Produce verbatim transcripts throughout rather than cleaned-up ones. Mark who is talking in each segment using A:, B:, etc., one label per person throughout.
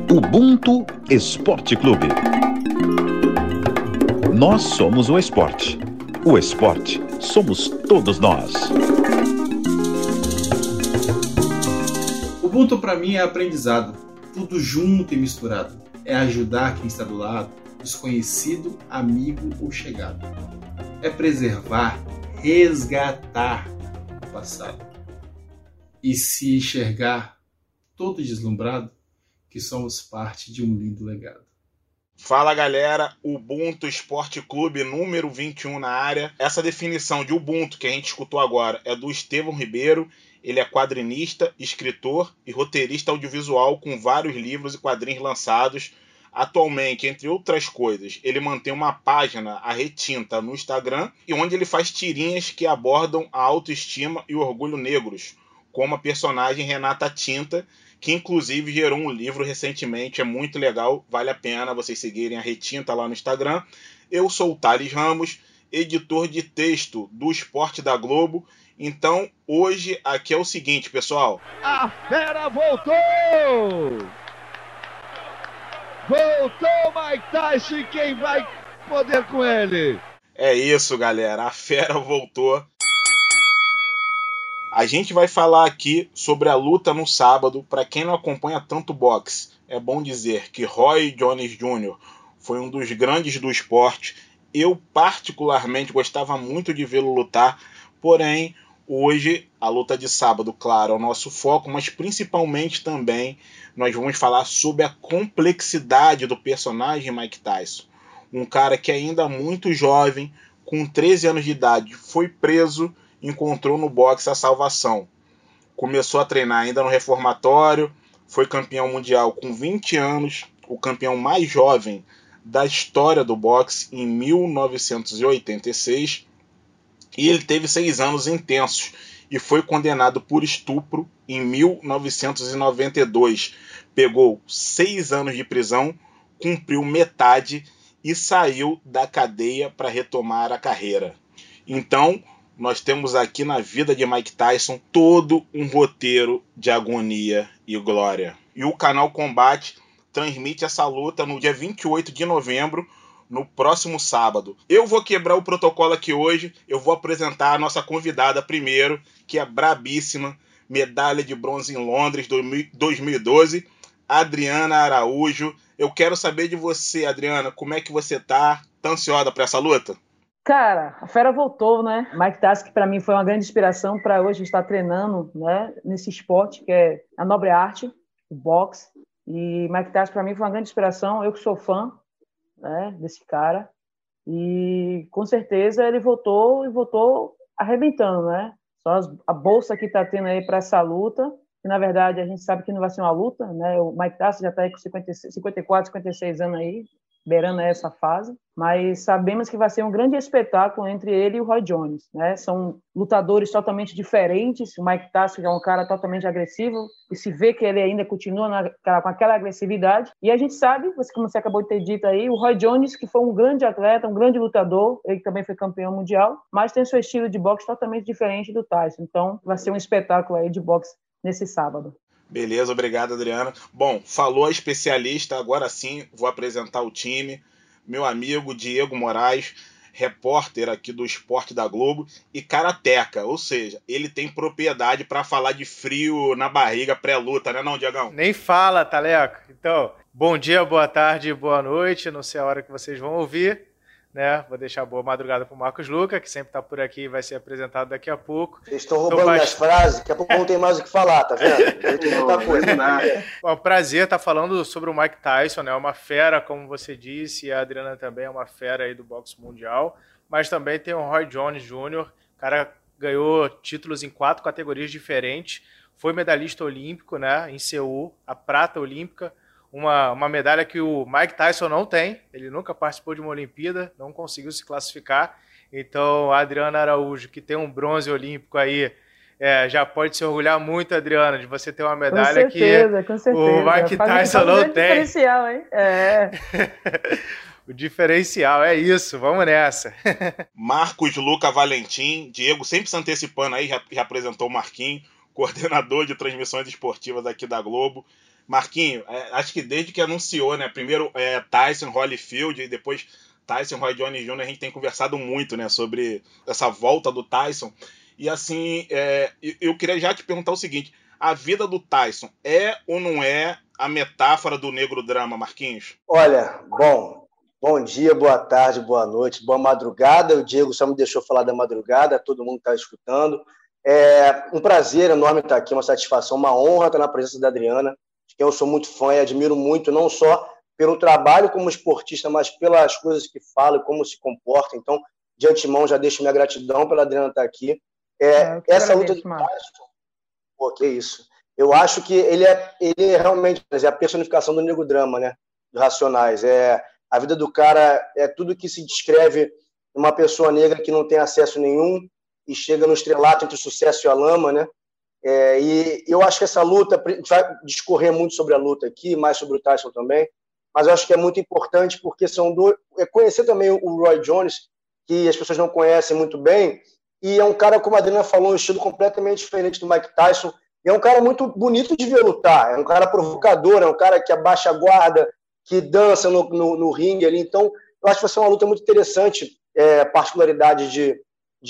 A: Ubuntu Esporte Clube. Nós somos o esporte. O esporte somos todos nós.
B: Ubuntu para mim é aprendizado. Tudo junto e misturado. É ajudar quem está do lado, desconhecido, amigo ou chegado. É preservar, resgatar o passado. E se enxergar, todo deslumbrado, que somos parte de um lindo legado.
C: Fala galera, Ubuntu Esporte Clube número vinte e um na área. Essa definição de Ubuntu que a gente escutou agora é do Estevão Ribeiro. Ele é quadrinista, escritor e roteirista audiovisual com vários livros e quadrinhos lançados. Atualmente, entre outras coisas, ele mantém uma página, a Retinta, no Instagram, e onde ele faz tirinhas que abordam a autoestima e o orgulho negros, como a personagem Renata Tinta, que inclusive gerou um livro recentemente, é muito legal, vale a pena vocês seguirem a Retinta lá no Instagram. Eu sou o Thales Ramos, editor de texto do Esporte da Globo. Então, hoje aqui é o seguinte, pessoal.
D: A fera voltou! Voltou Mike Tyson, quem vai poder com ele?
C: É isso, galera, a fera voltou. A gente vai falar aqui sobre a luta no sábado. Para quem não acompanha tanto boxe, é bom dizer que Roy Jones Júnior foi um dos grandes do esporte. Eu particularmente gostava muito de vê-lo lutar, porém hoje a luta de sábado, claro, é o nosso foco, mas principalmente também nós vamos falar sobre a complexidade do personagem Mike Tyson. Um cara que ainda muito jovem, com treze anos de idade, foi preso, encontrou no boxe a salvação. Começou a treinar ainda no reformatório, foi campeão mundial com vinte anos, o campeão mais jovem da história do boxe em mil novecentos e oitenta e seis, e ele teve seis anos intensos e foi condenado por estupro em mil novecentos e noventa e dois. Pegou seis anos de prisão, cumpriu metade e saiu da cadeia para retomar a carreira. Então, nós temos aqui na vida de Mike Tyson todo um roteiro de agonia e glória. E o canal Combate transmite essa luta no dia vinte e oito de novembro, no próximo sábado. Eu vou quebrar o protocolo aqui hoje, eu vou apresentar a nossa convidada primeiro, que é brabíssima, medalha de bronze em Londres dois mil e doze, Adriana Araújo. Eu quero saber de você, Adriana, como é que você tá? Tá ansiosa para essa luta?
E: Cara, a fera voltou, né? Mike Tyson, que para mim foi uma grande inspiração para hoje estar treinando, né, nesse esporte que é a nobre arte, o boxe. E Mike Tyson para mim foi uma grande inspiração. Eu que sou fã, né, desse cara. E com certeza ele voltou e voltou arrebentando, né? Só as, a bolsa que tá tendo aí para essa luta, que na verdade a gente sabe que não vai ser uma luta, né? O Mike Tyson já tá aí com cinquenta, cinquenta e quatro, cinquenta e seis anos aí, beirando essa fase, mas sabemos que vai ser um grande espetáculo entre ele e o Roy Jones, né? São lutadores totalmente diferentes. O Mike Tyson é um cara totalmente agressivo e se vê que ele ainda continua na, com aquela agressividade. E a gente sabe, como você acabou de ter dito aí, o Roy Jones, que foi um grande atleta, um grande lutador, ele também foi campeão mundial, mas tem seu estilo de boxe totalmente diferente do Tyson. Então vai ser um espetáculo aí de boxe nesse sábado.
C: Beleza, obrigado, Adriana. Bom, falou a especialista, agora sim vou apresentar o time. Meu amigo Diego Moraes, repórter aqui do Esporte da Globo e karateca, ou seja, ele tem propriedade para falar de frio na barriga pré-luta, né não, Diegão?
F: Nem fala, Taleco. Então, bom dia, boa tarde, boa noite, não sei a hora que vocês vão ouvir, né? Vou deixar boa madrugada pro Marcos Luca, que sempre tá por aqui e vai ser apresentado daqui a pouco.
G: Vocês estão roubando bast... minhas frases, daqui a pouco não tem mais o que falar, tá vendo? Tem muita coisa.
F: Bom, prazer estar falando sobre o Mike Tyson, né? Uma fera, como você disse, e a Adriana também é uma fera aí do boxe mundial, mas também tem o Roy Jones Júnior, o cara ganhou títulos em quatro categorias diferentes, foi medalhista olímpico, né? Em Seul, a prata olímpica, Uma, uma medalha que o Mike Tyson não tem, ele nunca participou de uma Olimpíada, não conseguiu se classificar. Então, a Adriana Araújo, que tem um bronze olímpico aí, é, já pode se orgulhar muito, Adriana, de você ter uma medalha
E: com certeza,
F: que
E: com certeza.
F: o Mike
E: faz,
F: Tyson
E: faz um
F: não
E: tem.
F: Diferencial,
E: hein? É.
F: O diferencial, é isso, vamos nessa.
C: Marcos Luca Valentim, Diego sempre se antecipando aí, já, já apresentou o Marquinhos, coordenador de transmissões esportivas aqui da Globo. Marquinho, é, acho que desde que anunciou, né? Primeiro é, Tyson, Holyfield e depois Tyson, Roy Jones Júnior, a gente tem conversado muito, né? Sobre essa volta do Tyson. E assim, é, eu queria já te perguntar o seguinte: a vida do Tyson é ou não é a metáfora do negro drama, Marquinhos?
G: Olha, bom, bom dia, boa tarde, boa noite, boa madrugada. O Diego só me deixou falar da madrugada, todo mundo está escutando. É um prazer enorme estar aqui, uma satisfação, uma honra estar na presença da Adriana, de quem eu sou muito fã e admiro muito, não só pelo trabalho como esportista, mas pelas coisas que fala e como se comporta. Então, de antemão, já deixo minha gratidão pela Adriana estar aqui. É, essa luta do Tyson, pô, que isso. Eu acho que ele é, ele é realmente é a personificação do negro drama, né? Dos Racionais. É, a vida do cara é tudo que se descreve uma pessoa negra que não tem acesso nenhum e chega no estrelato entre o sucesso e a lama, né? É, e eu acho que essa luta, a gente vai discorrer muito sobre a luta aqui, mais sobre o Tyson também, mas eu acho que é muito importante porque são dois, é conhecer também o Roy Jones, que as pessoas não conhecem muito bem, e é um cara, como a Adriana falou, um estilo completamente diferente do Mike Tyson, e é um cara muito bonito de ver lutar, é um cara provocador, é um cara que abaixa a guarda, que dança no, no, no ringue ali, então eu acho que vai ser uma luta muito interessante, é, particularidade de,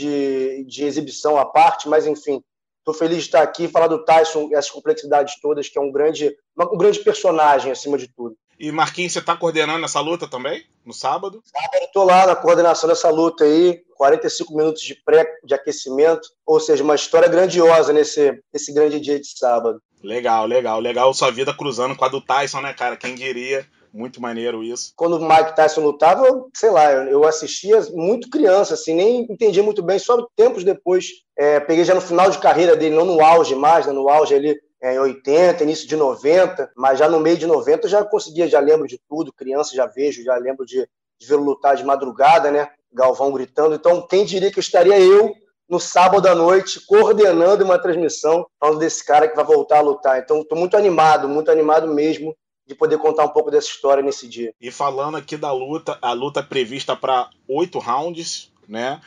G: de, de exibição à parte, mas enfim, estou feliz de estar aqui e falar do Tyson, essas complexidades todas, que é um grande, um grande personagem acima de tudo.
C: E Marquinhos, você está coordenando essa luta também, no sábado?
G: Sábado estou lá na coordenação dessa luta aí, quarenta e cinco minutos de pré, de aquecimento, ou seja, uma história grandiosa nesse, nesse grande dia de sábado.
C: Legal, legal, legal. Sua vida cruzando com a do Tyson, né, cara? Quem diria? Muito maneiro isso.
G: Quando o Mike Tyson lutava, eu, sei lá, eu, eu assistia muito criança, assim, nem entendia muito bem, só tempos depois. É, peguei já no final de carreira dele, não no auge mais, né, no auge ali é, em oitenta, início de noventa, mas já no meio de noventa eu já conseguia, já lembro de tudo, criança já vejo, já lembro de, de vê-lo lutar de madrugada, né, Galvão gritando. Então, quem diria que eu estaria eu no sábado à noite, coordenando uma transmissão, falando desse cara que vai voltar a lutar. Então, estou muito animado, muito animado mesmo, de poder contar um pouco dessa história nesse dia.
C: E falando aqui da luta, a luta é prevista para oito rounds, né?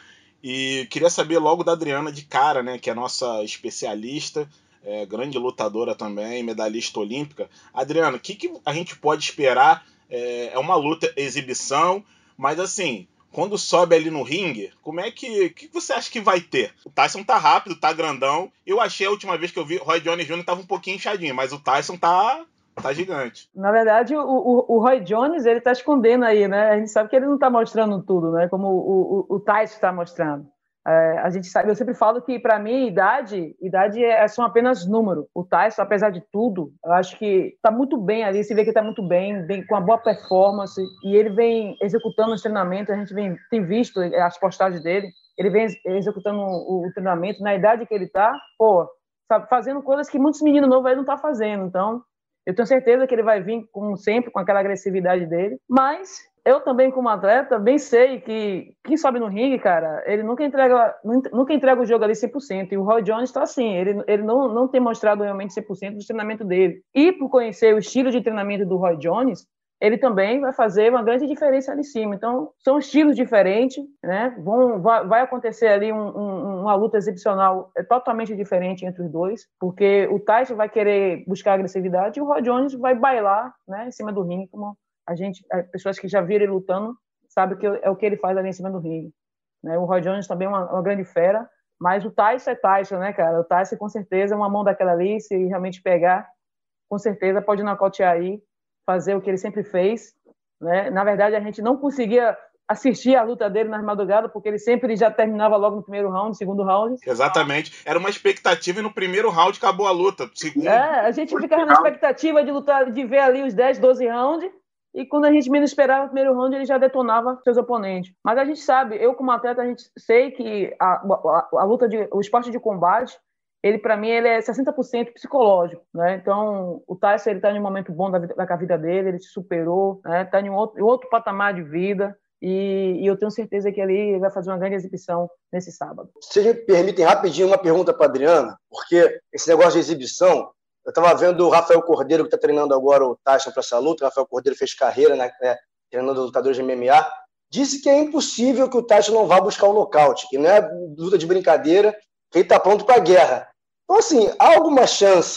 C: E queria saber logo da Adriana de cara, né? Que é a nossa especialista, é, grande lutadora também, medalhista olímpica. Adriana, o que, que a gente pode esperar? É, é uma luta exibição, mas assim, quando sobe ali no ringue, como é que, que você acha que vai ter? O Tyson tá rápido, tá grandão. Eu achei a última vez que eu vi, Roy Jones Júnior tava um pouquinho inchadinho, mas o Tyson tá... Tá gigante.
E: Na verdade, o, o, o Roy Jones, ele tá escondendo aí, né? A gente sabe que ele não tá mostrando tudo, né? Como o, o, o Tyson tá mostrando. É, a gente sabe, eu sempre falo que, para mim, idade, idade é, são apenas número. O Tyson, apesar de tudo, eu acho que tá muito bem ali, se vê que tá muito bem, bem com uma boa performance, e ele vem executando os treinamentos, a gente vem, tem visto as postagens dele, ele vem executando o, o treinamento na idade que ele tá, pô, sabe, fazendo coisas que muitos meninos novos aí não tá fazendo, então... Eu tenho certeza que ele vai vir, como sempre, com aquela agressividade dele. Mas eu também, como atleta, bem sei que quem sobe no ringue, cara, ele nunca entrega, nunca entrega o jogo ali cem por cento. E o Roy Jones está assim. Ele, ele não, não tem mostrado realmente cem por cento do treinamento dele. E por conhecer o estilo de treinamento do Roy Jones, ele também vai fazer uma grande diferença ali em cima. Então, são estilos diferentes, né? Vão, vai, vai acontecer ali um, um, uma luta exibicional totalmente diferente entre os dois, porque o Tyson vai querer buscar agressividade e o Roy Jones vai bailar, né, em cima do ringue, como a gente, as pessoas que já viram ele lutando sabem que é o que ele faz ali em cima do ringue. Né? O Roy Jones também é uma, uma grande fera, mas o Tyson é Tyson, né, cara? O Tyson, com certeza, uma mão daquela ali, se realmente pegar, com certeza pode nocautear aí, fazer o que ele sempre fez, né? Na verdade, a gente não conseguia assistir a luta dele nas madrugadas, porque ele sempre já terminava logo no primeiro round, segundo round.
C: Exatamente. Era uma expectativa e no primeiro round acabou a luta. Segundo...
E: É, a gente ficava na expectativa de lutar, de ver ali os dez, doze rounds, e quando a gente menos esperava o primeiro round, ele já detonava seus oponentes. Mas a gente sabe, eu como atleta, a gente sei que a, a, a luta, de, o esporte de combate, ele, para mim, ele é sessenta por cento psicológico, né? Então, o Tyson, ele tá em um momento bom da, da vida dele, ele se superou, né? Tá em um outro, outro patamar de vida, e, e eu tenho certeza que ele vai fazer uma grande exibição nesse sábado.
G: Vocês me permitem rapidinho uma pergunta para Adriana, porque esse negócio de exibição, eu estava vendo o Rafael Cordeiro, que está treinando agora o Tyson para essa luta. O Rafael Cordeiro fez carreira, né, treinando lutadores de M M A, disse que é impossível que o Tyson não vá buscar o nocaute, que não é luta de brincadeira, que ele está pronto para a guerra. Então, assim, há alguma chance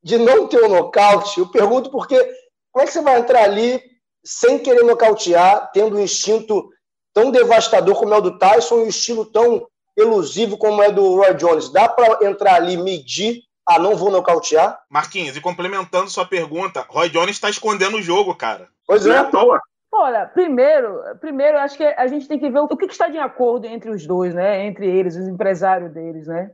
G: de não ter o nocaute, eu pergunto porque como é que você vai entrar ali sem querer nocautear, tendo um instinto tão devastador como é o do Tyson e um estilo tão elusivo como é do Roy Jones? Dá para entrar ali, medir, ah, não vou nocautear?
C: Marquinhos, e complementando sua pergunta, Roy Jones está escondendo o jogo, cara.
G: Pois
H: Não é
G: é.
H: à toa.
E: Olha, primeiro, primeiro, acho que a gente tem que ver o que está de acordo entre os dois, né? Entre eles, os empresários deles, né?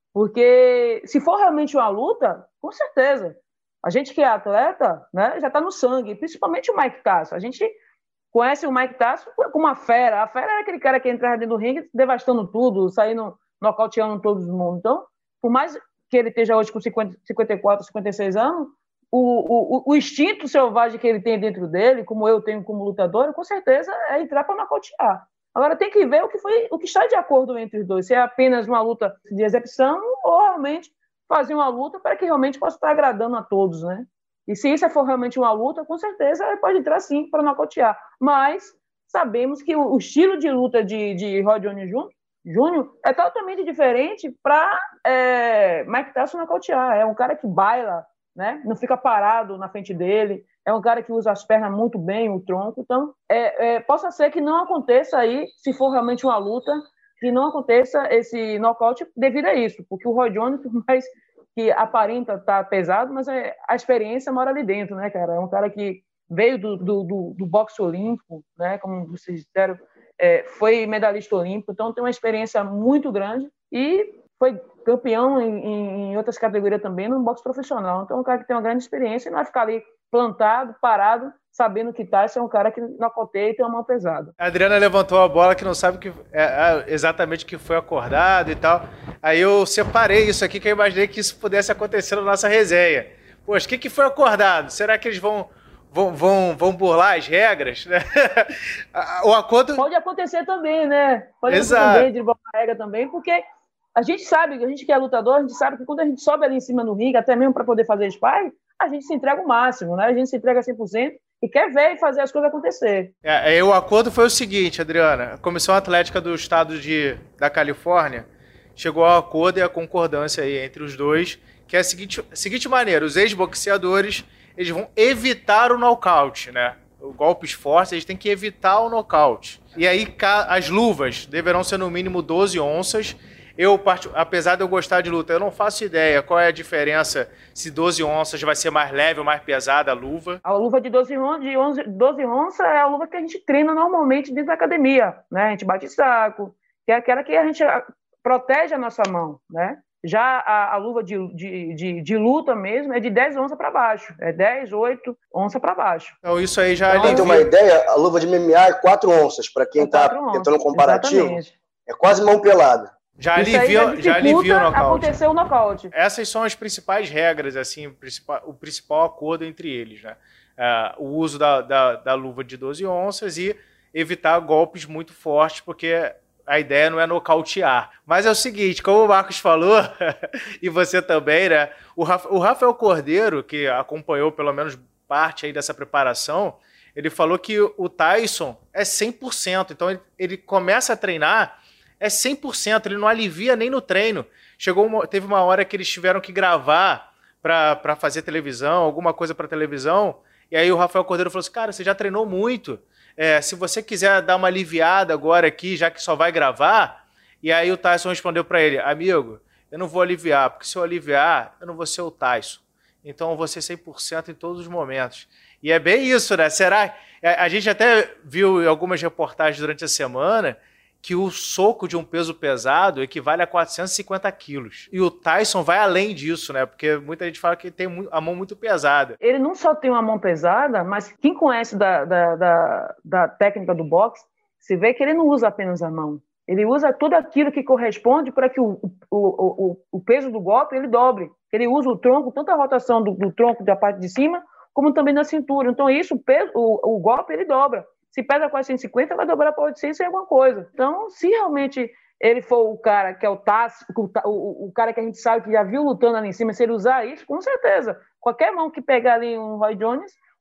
E: Porque se for realmente uma luta, com certeza. A gente que é atleta, né, já está no sangue, principalmente o Mike Tyson. A gente conhece o Mike Tyson como uma fera. A fera era aquele cara que entrava dentro do ringue devastando tudo, saindo, nocauteando todo mundo. Então, por mais que ele esteja hoje com cinquenta, cinquenta e quatro, cinquenta e seis anos, o, o, o instinto selvagem que ele tem dentro dele, como eu tenho como lutador, com certeza é entrar para nocautear. Agora tem que ver o que, foi, o que está de acordo entre os dois, se é apenas uma luta de exibição ou realmente fazer uma luta para que realmente possa estar agradando a todos, né? E se isso for realmente uma luta, com certeza ele pode entrar sim para nocautear. Mas sabemos que o estilo de luta de, de Roy Jones Júnior é totalmente diferente para é, Mike Tyson nocautear. É um cara que baila, né? Não fica parado na frente dele, é um cara que usa as pernas muito bem, o tronco. Então, é, é, possa ser que não aconteça aí, se for realmente uma luta, que não aconteça esse nocaute devido a isso, porque o Roy Jones, por mais que aparenta estar pesado, mas é, a experiência mora ali dentro, né, cara? É um cara que veio do, do, do, do boxe olímpico, né, como vocês disseram, é, foi medalhista olímpico, então tem uma experiência muito grande e foi campeão em, em outras categorias também no boxe profissional. Então é um cara que tem uma grande experiência e não vai ficar ali plantado, parado, sabendo que Tyson é um cara que nocauteia e tem uma mão pesada.
F: A Adriana levantou a bola que não sabe que é, é, exatamente o que foi acordado e tal. Aí eu separei isso aqui, que eu imaginei que isso pudesse acontecer na nossa resenha. Poxa, o que, que foi acordado? Será que eles vão, vão, vão, vão burlar as regras? O acordo...
E: Pode acontecer também, né? Pode
F: Exato.
E: acontecer também, de burlar a regra também, porque a gente sabe, a gente que é lutador, a gente sabe que quando a gente sobe ali em cima no ringue, até mesmo para poder fazer sparring, a gente se entrega o máximo, né? A gente se entrega cem por cento e quer ver e fazer as coisas acontecer.
F: É, o acordo foi o seguinte, Adriana, a Comissão Atlética do Estado de, da Califórnia chegou ao acordo e a concordância aí entre os dois, que é a seguinte, a seguinte maneira, os ex-boxeadores, eles vão evitar o nocaute, né? O golpes fortes, eles têm que evitar o nocaute. E aí as luvas deverão ser no mínimo doze onças. Eu, apesar de eu gostar de luta, eu não faço ideia qual é a diferença se doze onças vai ser mais leve ou mais pesada a luva.
E: A luva de doze onças é a luva que a gente treina normalmente dentro da academia, né? A gente bate saco, que é aquela que a gente protege a nossa mão, né? Já a, a luva de, de, de, de luta mesmo é de dez onças para baixo, é dez, oito onças para baixo.
F: Então isso aí já...
G: Então, tem uma ideia, a luva de M M A é quatro onças, para quem está é tentando um comparativo, exatamente. É quase mão pelada.
F: Já alivia, já alivia o nocaute.
E: Aconteceu o nocaute.
F: Essas são as principais regras, assim, o principal, o principal acordo entre eles, né? Uh, o uso da, da, da luva de doze onças e evitar golpes muito fortes, porque a ideia não é nocautear. Mas é o seguinte, como o Marcos falou, e você também, né? O, Rafa, o Rafael Cordeiro, que acompanhou pelo menos parte aí dessa preparação, ele falou que o Tyson é cem por cento. Então ele, ele começa a treinar... É cem por cento, ele não alivia nem no treino. Chegou uma, teve uma hora que eles tiveram que gravar para fazer televisão, alguma coisa para televisão, e aí o Rafael Cordeiro falou assim, cara, você já treinou muito, é, se você quiser dar uma aliviada agora aqui, já que só vai gravar, e aí o Tyson respondeu para ele, amigo, eu não vou aliviar, porque se eu aliviar, eu não vou ser o Tyson. Então eu vou ser cem por cento em todos os momentos. E é bem isso, né? Será? A gente até viu em algumas reportagens durante a semana que o soco de um peso pesado equivale a quatrocentos e cinquenta quilos. E o Tyson vai além disso, né? Porque muita gente fala que ele tem a mão muito pesada.
E: Ele não só tem uma mão pesada, mas quem conhece da, da, da, da técnica do boxe, se vê que ele não usa apenas a mão. Ele usa tudo aquilo que corresponde para que o, o, o, o peso do golpe ele dobre. Ele usa o tronco, tanto a rotação do, do tronco da parte de cima, como também da cintura. Então, isso, o, peso, o, o golpe, ele dobra. Se pesa quatrocentos e cinquenta, vai dobrar para oitocentos e alguma coisa. Então, se realmente ele for o cara que é o Tássio, o, o cara que a gente sabe que já viu lutando ali em cima, se ele usar isso, com certeza. Qualquer mão que pegar ali um Roy Jones,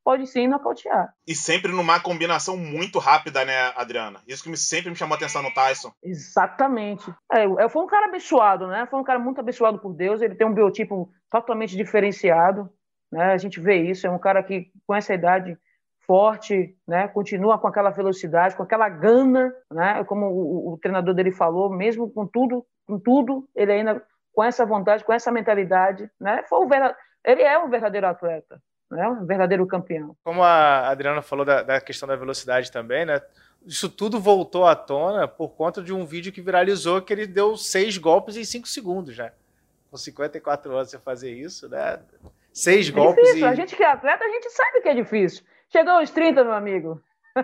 E: pode sim nocautear.
C: E sempre numa combinação muito rápida, né, Adriana? Isso que me, sempre me chamou a atenção no Tyson.
E: Exatamente. É, foi um cara abençoado, né? Foi um cara muito abençoado por Deus. Ele tem um biotipo totalmente diferenciado, né? A gente vê isso. É um cara que, com essa idade forte, né? Continua com aquela velocidade, com aquela gana, né? Como o, o treinador dele falou, mesmo com tudo, com tudo, ele ainda com essa vontade, com essa mentalidade, né? Foi um verdade... Ele é um verdadeiro atleta, né? Um verdadeiro campeão.
F: Como a Adriana falou da, da questão da velocidade também, né? Isso tudo voltou à tona por conta de um vídeo que viralizou que ele deu seis golpes em cinco segundos, né? Com cinquenta e quatro anos você fazer isso, né? Seis
E: é
F: golpes
E: difícil.
F: e...
E: A gente que é atleta, a gente sabe que é difícil. Chegou aos trinta, meu amigo.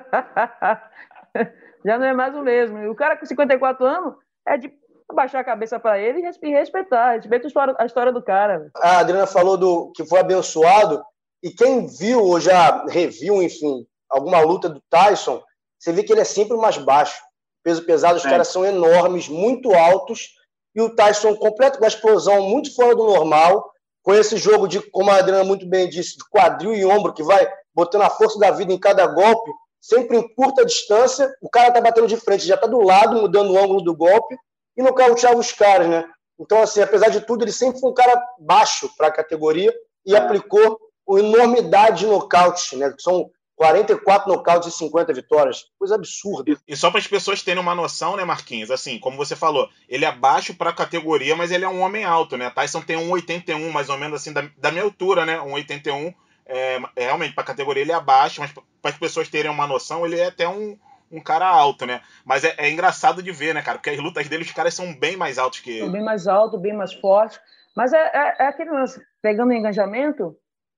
E: Já não é mais o mesmo. E o cara com cinquenta e quatro anos é de baixar a cabeça para ele e respeitar. Respeita a história, a história do cara.
G: A Adriana falou do que foi abençoado. E quem viu ou já reviu, enfim, alguma luta do Tyson, você vê que ele é sempre o mais baixo. Peso pesado, os é. caras são enormes, muito altos. E o Tyson completo com uma explosão muito fora do normal, com esse jogo de, como a Adriana muito bem disse, de quadril e ombro, que vai botando a força da vida em cada golpe, sempre em curta distância. O cara tá batendo de frente, já tá do lado, mudando o ângulo do golpe, e nocauteava os caras, né? Então, assim, apesar de tudo, ele sempre foi um cara baixo para a categoria e é. aplicou uma enormidade de nocautes, né? São quarenta e quatro nocautes e cinquenta vitórias. Coisa absurda.
C: E só para as pessoas terem uma noção, né, Marquinhos? Assim, como você falou, ele é baixo para a categoria, mas ele é um homem alto, né? Tyson tem um oitenta e um, mais ou menos assim, da, da minha altura, né? um oitenta e um. É, é, realmente, para a categoria ele é baixo, mas para as pessoas terem uma noção, ele é até um, um cara alto, né? Mas é, é engraçado de ver, né, cara? Porque as lutas dele, os caras são bem mais altos que ele.
E: São bem mais altos, bem mais fortes. Mas é, é, é aquele lance, pegando o engajamento,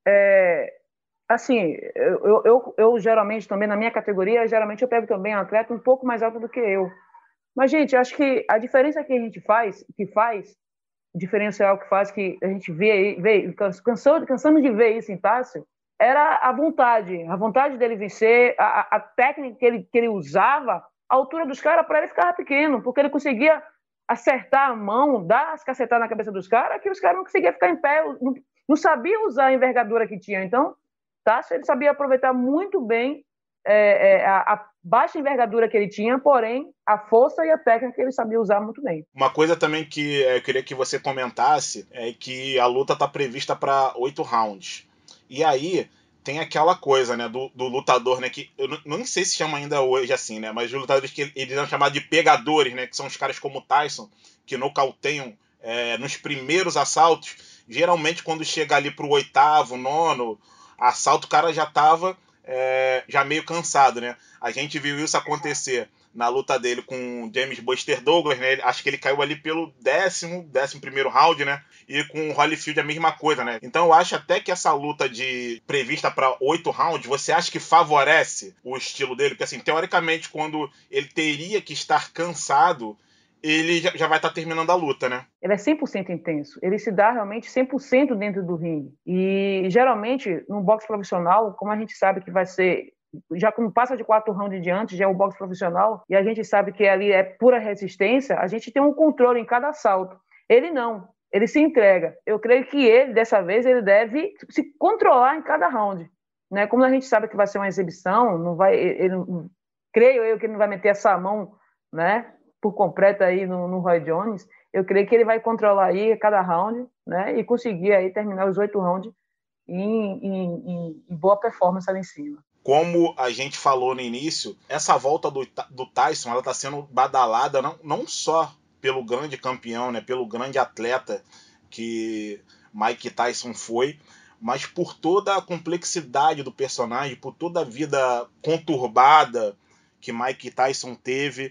E: é, assim, eu, eu, eu geralmente também, na minha categoria, geralmente eu pego também um atleta um pouco mais alto do que eu. Mas, gente, acho que a diferença que a gente faz, que faz, o diferencial que faz, que a gente vê, vê cansou, cansamos de ver isso em Tássio, era a vontade, a vontade dele vencer, a, a técnica que ele, que ele usava, a altura dos caras, para ele ficava pequeno, porque ele conseguia acertar a mão, dar as cacetadas na cabeça dos caras, que os caras não conseguiam ficar em pé, não, não sabiam usar a envergadura que tinha. Então, Tássio, ele sabia aproveitar muito bem é, é, a, a baixa envergadura que ele tinha, porém, a força e a técnica que ele sabia usar muito bem.
C: Uma coisa também que eu queria que você comentasse é que a luta está prevista para oito rounds. E aí tem aquela coisa, né, do, do lutador, né, que eu não, não sei se chama ainda hoje assim, né, mas os lutadores que eles são chamados de pegadores, né, que são os caras como o Tyson, que nocauteiam é, nos primeiros assaltos. Geralmente quando chega ali pro oitavo, nono assalto, o cara já tava é, já meio cansado, né? A gente viu isso acontecer na luta dele com o James Buster Douglas, né? Acho que ele caiu ali pelo décimo, décimo primeiro round, né? E com o Holyfield a mesma coisa, né? Então eu acho até que essa luta de prevista para oito rounds, você acha que favorece o estilo dele? Porque assim, teoricamente, quando ele teria que estar cansado, ele já, já vai estar terminando a luta, né?
E: Ele é cem por cento intenso. Ele se dá realmente cem por cento dentro do ringue. E, geralmente, no boxe profissional, como a gente sabe que vai ser... Já como passa de quatro rounds diante, já é o boxe profissional, e a gente sabe que ali é pura resistência, a gente tem um controle em cada assalto. Ele não. Ele se entrega. Eu creio que ele, dessa vez, ele deve se controlar em cada round. Né? Como a gente sabe que vai ser uma exibição, não vai... Ele, creio eu que ele não vai meter essa mão, né? por completo aí no, no Roy Jones, eu creio que ele vai controlar aí cada round, né, e conseguir aí terminar os oito rounds em, em, em boa performance ali em cima.
C: Como a gente falou no início, essa volta do, do Tyson, ela está sendo badalada não, não só pelo grande campeão, né, pelo grande atleta que Mike Tyson foi, mas por toda a complexidade do personagem, por toda a vida conturbada que Mike Tyson teve,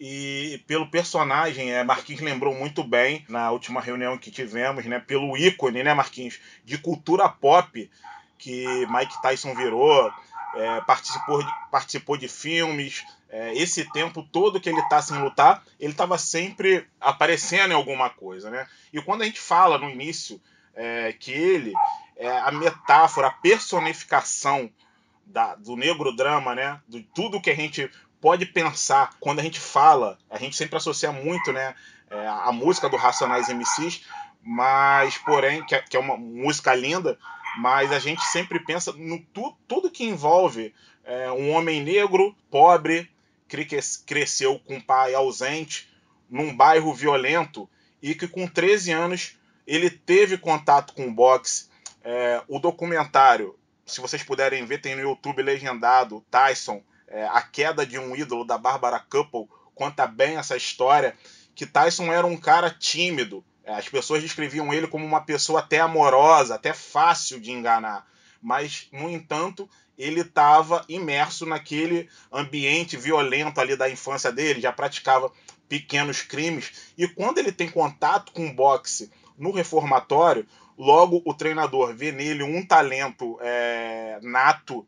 C: e pelo personagem, é, Marquinhos lembrou muito bem na última reunião que tivemos, né, pelo ícone, né, Marquinhos, de cultura pop que Mike Tyson virou, é, participou, de, participou de filmes, é, esse tempo todo que ele está sem lutar, ele estava sempre aparecendo em alguma coisa, né? E quando a gente fala no início é, que ele é a metáfora, a personificação da, do negro drama, né, de tudo que a gente pode pensar quando a gente fala, a gente sempre associa muito, né, a música do Racionais M Cs, mas porém, que é, que é uma música linda, mas a gente sempre pensa no tu, tudo que envolve é, um homem negro, pobre, que cresceu com um pai ausente, num bairro violento, e que com treze anos ele teve contato com o boxe. É, o documentário, se vocês puderem ver, tem no YouTube legendado, Tyson, é, A Queda de um Ídolo, da Barbara Couple, conta bem essa história, que Tyson era um cara tímido. As pessoas descreviam ele como uma pessoa até amorosa, até fácil de enganar. Mas, no entanto, ele estava imerso naquele ambiente violento ali da infância dele, já praticava pequenos crimes. E quando ele tem contato com o boxe no reformatório, logo o treinador vê nele um talento é, nato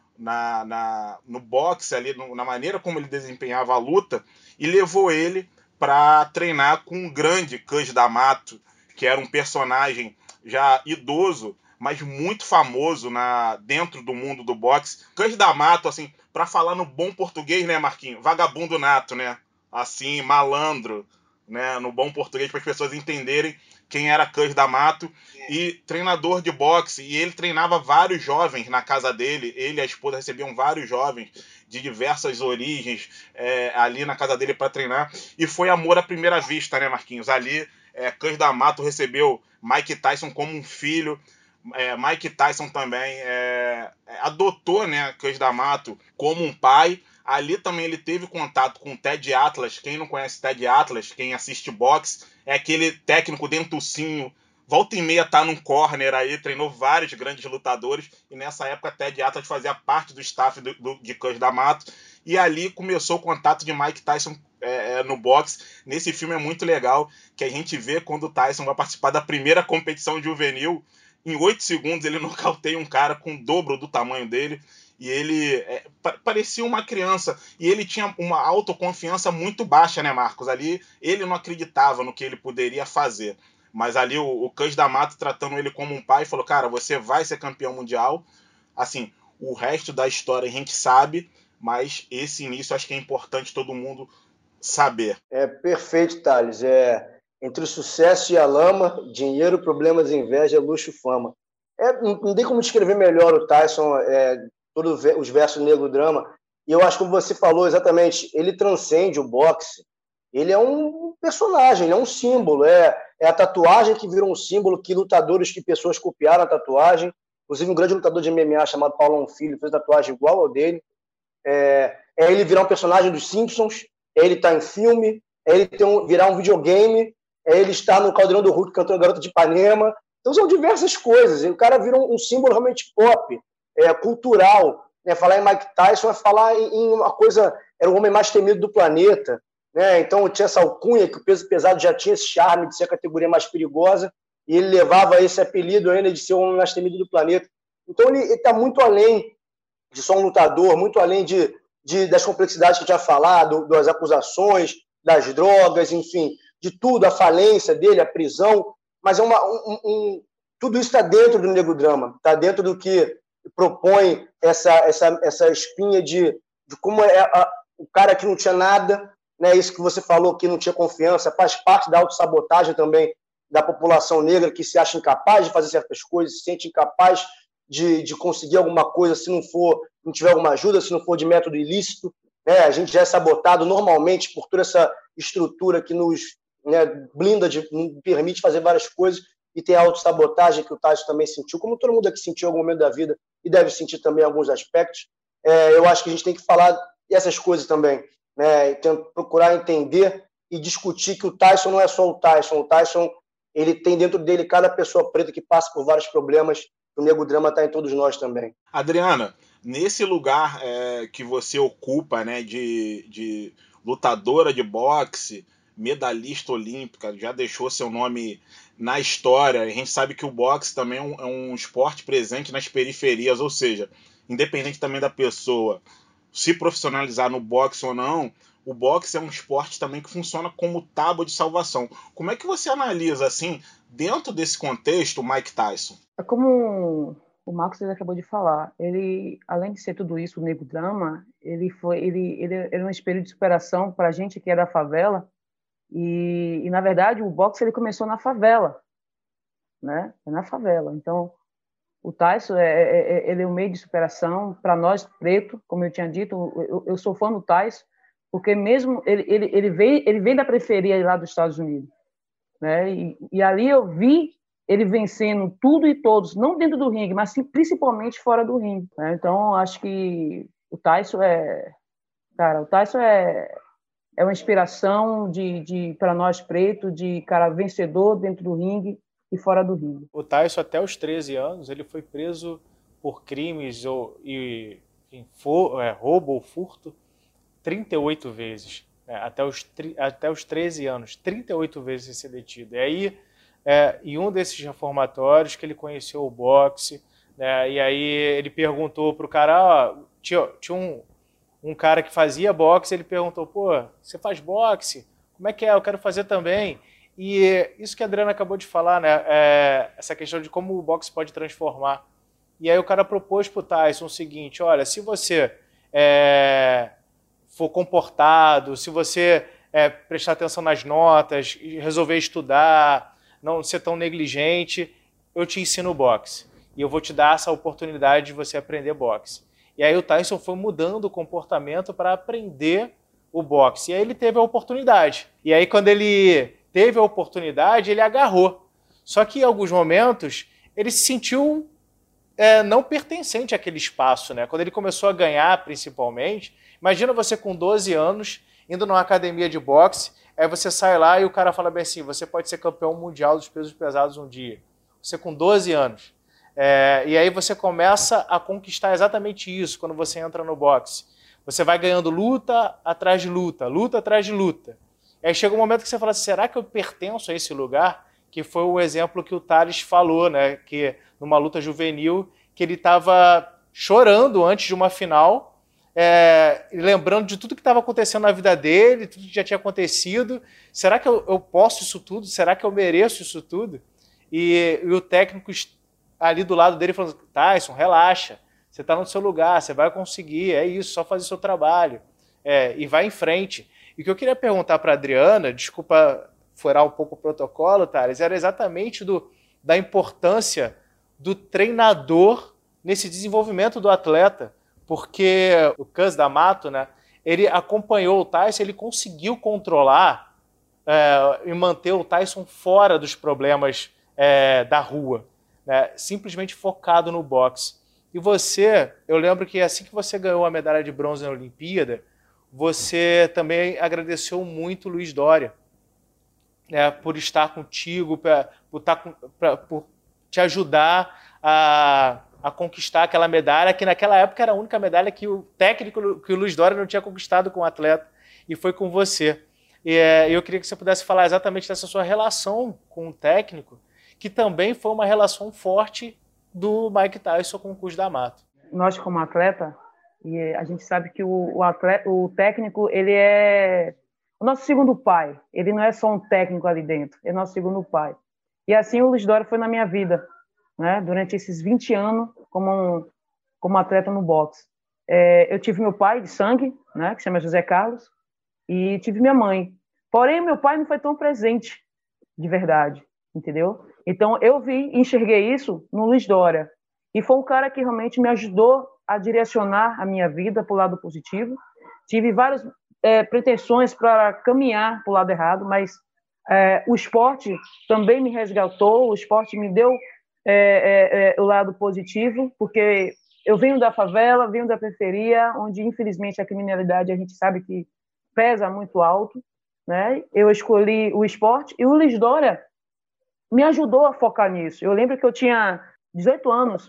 C: na, na, no boxe, ali, no, na maneira como ele desempenhava a luta, e levou ele para treinar com um grande Cus D'Amato, que era um personagem já idoso, mas muito famoso na, dentro do mundo do boxe. Cus D'Amato, assim, para falar no bom português, né, Marquinhos? Vagabundo nato, né? Assim, malandro, né? No bom português, para as pessoas entenderem quem era Cus D'Amato, e treinador de boxe, e ele treinava vários jovens na casa dele, ele e a esposa recebiam vários jovens de diversas origens é, ali na casa dele para treinar, e foi amor à primeira vista, né, Marquinhos? Ali, é, Cus D'Amato recebeu Mike Tyson como um filho, é, Mike Tyson também é, adotou, né, Cus D'Amato como um pai. Ali também ele teve contato com o Ted Atlas. Quem não conhece Ted Atlas, quem assiste boxe, é aquele técnico dentucinho, volta e meia tá num corner aí, treinou vários grandes lutadores, e nessa época Ted Atlas fazia parte do staff do, do, de Cus D'Amato, e ali começou o contato de Mike Tyson é, no boxe. Nesse filme é muito legal, que a gente vê quando o Tyson vai participar da primeira competição juvenil, em oito segundos ele nocauteia um cara com o dobro do tamanho dele, e ele é, parecia uma criança, e ele tinha uma autoconfiança muito baixa, né, Marcos? Ali ele não acreditava no que ele poderia fazer, mas ali o, o Cus D'Amato, tratando ele como um pai, falou: cara, você vai ser campeão mundial. Assim, o resto da história a gente sabe, mas esse início acho que é importante todo mundo saber.
G: É perfeito, Thales. É, entre o sucesso e a lama, dinheiro, problemas, inveja, luxo, fama. É, não, não tem como descrever melhor o Tyson, é, todos os versos negro drama. E eu acho que, como você falou exatamente, ele transcende o boxe. Ele é um personagem, ele é um símbolo. É, é a tatuagem que virou um símbolo, que lutadores, que pessoas copiaram a tatuagem. Inclusive, um grande lutador de M M A chamado Paulão Filho fez tatuagem igual ao dele. É, é ele virar um personagem dos Simpsons, é ele estar em filme, é ele ter um, virar um videogame, é ele estar no Caldeirão do Hulk cantando Garota de Ipanema. Então, são diversas coisas. E o cara vira um, um símbolo realmente pop, é, cultural. Né? Falar em Mike Tyson é falar em, em uma coisa... Era o homem mais temido do planeta. Né? Então, tinha essa alcunha, que o peso pesado já tinha esse charme de ser a categoria mais perigosa, e ele levava esse apelido ainda de ser o homem mais temido do planeta. Então, ele está muito além de só um lutador, muito além de, de, das complexidades que eu tinha falado, das acusações, das drogas, enfim, de tudo, a falência dele, a prisão, mas é uma, um, um, tudo isso está dentro do Negro Drama, está dentro do que propõe essa, essa, essa espinha de, de como é a, o cara que não tinha nada, né, isso que você falou, que não tinha confiança, faz parte da autossabotagem também da população negra, que se acha incapaz de fazer certas coisas, se sente incapaz de, de conseguir alguma coisa se não for, não tiver alguma ajuda, se não for de método ilícito. Né? A gente já é sabotado normalmente por toda essa estrutura que nos, né, blinda, de, nos permite fazer várias coisas, e tem a autossabotagem que o Tyson também sentiu, como todo mundo aqui sentiu em algum momento da vida, e deve sentir também em alguns aspectos. É, eu acho que a gente tem que falar dessas coisas também, né? E procurar entender e discutir que o Tyson não é só o Tyson. O Tyson, ele tem dentro dele cada pessoa preta que passa por vários problemas. O Negro Drama está em todos nós também.
C: Adriana, nesse lugar é, que você ocupa, né, de, de lutadora de boxe, medalhista olímpica, já deixou seu nome na história. A gente sabe que o boxe também é um, é um esporte presente nas periferias, ou seja, independente também da pessoa se profissionalizar no boxe ou não, o boxe é um esporte também que funciona como tábua de salvação. Como é que você analisa, assim, dentro desse contexto, o Mike Tyson?
E: É como o Marcos acabou de falar, ele, além de ser tudo isso, o Negro Drama, ele foi, ele, ele era um espelho de superação para a gente que é da favela, e, e na verdade o boxe ele começou na favela, né? É na favela. Então O Tyson é, é, ele é um meio de superação para nós preto, como eu tinha dito. Eu, eu sou fã do Tyson porque mesmo ele ele ele vem ele vem da periferia lá dos Estados Unidos, né? E, e ali eu vi ele vencendo tudo e todos, não dentro do ringue, mas sim, principalmente fora do ringue, né? Então acho que o Tyson é, cara, o Tyson é é uma inspiração de, de para nós pretos, de cara vencedor dentro do ringue e fora do ringue.
F: O Tyson, até os treze anos, ele foi preso por crimes ou, e, enfim, for, é, roubo ou furto trinta e oito vezes, né? até, os, até os treze anos, trinta e oito vezes sem ser detido. E aí, é, em um desses reformatórios que ele conheceu o boxe, né? E aí ele perguntou para o cara, ó, tinha, tinha um, um cara que fazia boxe, ele perguntou, pô, você faz boxe? Como é que é? Eu quero fazer também. E isso que a Adriana acabou de falar, né? É, essa questão de como o boxe pode transformar. E aí o cara propôs para o Tyson o seguinte, olha, se você é, for comportado, se você é, prestar atenção nas notas, resolver estudar, não ser tão negligente, eu te ensino boxe. E eu vou te dar essa oportunidade de você aprender boxe. E aí o Tyson foi mudando o comportamento para aprender o boxe. E aí ele teve a oportunidade. E aí quando ele teve a oportunidade, ele agarrou. Só que em alguns momentos ele se sentiu é, não pertencente àquele espaço, né? Quando ele começou a ganhar, principalmente, imagina você com doze anos, indo numa academia de boxe, aí você sai lá e o cara fala bem assim, você pode ser campeão mundial dos pesos pesados um dia. Você com doze anos. É, e aí você começa a conquistar exatamente isso quando você entra no boxe. Você vai ganhando luta atrás de luta, luta atrás de luta. E aí chega um momento que você fala assim, será que eu pertenço a esse lugar? Que foi o exemplo que o Thales falou, né? Que numa luta juvenil, que ele estava chorando antes de uma final, é, lembrando de tudo que estava acontecendo na vida dele, tudo que já tinha acontecido. Será que eu, eu posso isso tudo? Será que eu mereço isso tudo? E, e o técnico ali do lado dele falando, Tyson, relaxa, você está no seu lugar, você vai conseguir, é isso, só fazer o seu trabalho. É, e vai em frente. E o que eu queria perguntar para a Adriana, desculpa furar um pouco o protocolo, Thales, era exatamente do, da importância do treinador nesse desenvolvimento do atleta, porque o Cus D'Amato, né, ele acompanhou o Tyson, ele conseguiu controlar é, e manter o Tyson fora dos problemas é, da rua, né, simplesmente focado no boxe. E você, eu lembro que assim que você ganhou a medalha de bronze na Olimpíada, você também agradeceu muito o Luiz Dória, né, por estar contigo, pra, por, estar com, pra, por te ajudar a, a conquistar aquela medalha, que naquela época era a única medalha que o técnico, que o Luiz Dória não tinha conquistado com o atleta, e foi com você. E é, eu queria que você pudesse falar exatamente dessa sua relação com o técnico, que também foi uma relação forte do Mike Tyson com o Cus D'Amato.
E: Nós, como atleta, e a gente sabe que o, o, atleta, o técnico, ele é o nosso segundo pai. Ele não é só um técnico ali dentro, é nosso segundo pai. E assim o Luiz Dória foi na minha vida, né? Durante esses vinte anos como, um, como atleta no boxe. É, eu tive meu pai de sangue, né? Que se chama José Carlos, e tive minha mãe. Porém, meu pai não foi tão presente, de verdade, entendeu? Então, eu vi, enxerguei isso no Luiz Dória. E foi um cara que realmente me ajudou a direcionar a minha vida para o lado positivo. Tive várias é, pretensões para caminhar para o lado errado, mas é, o esporte também me resgatou, o esporte me deu é, é, é, o lado positivo, porque eu venho da favela, venho da periferia, onde, infelizmente, a criminalidade a gente sabe que pesa muito alto, né? Eu escolhi o esporte e o Luiz Dória me ajudou a focar nisso. Eu lembro que eu tinha dezoito anos,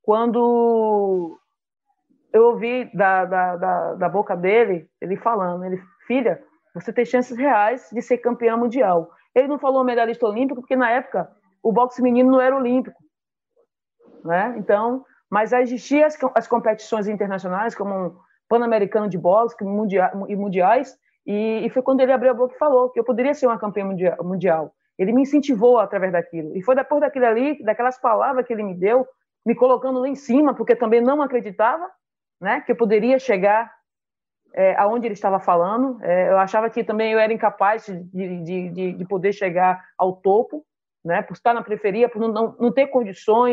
E: quando eu ouvi da, da, da, da boca dele, ele falando, ele, filha, você tem chances reais de ser campeã mundial. Ele não falou medalhista olímpico, porque na época o boxe menino não era olímpico, né? Então, mas existiam as, as competições internacionais, como um Pan-Americano de boxe mundial, e mundiais, e, e foi quando ele abriu a boca e falou que eu poderia ser uma campeã mundial. mundial. Ele me incentivou através daquilo. E foi depois daquilo ali, daquelas palavras que ele me deu, me colocando lá em cima, porque também não acreditava, né, que eu poderia chegar é, aonde ele estava falando. É, eu achava que também eu era incapaz de, de, de, de poder chegar ao topo, né, por estar na periferia, por não, não ter condições,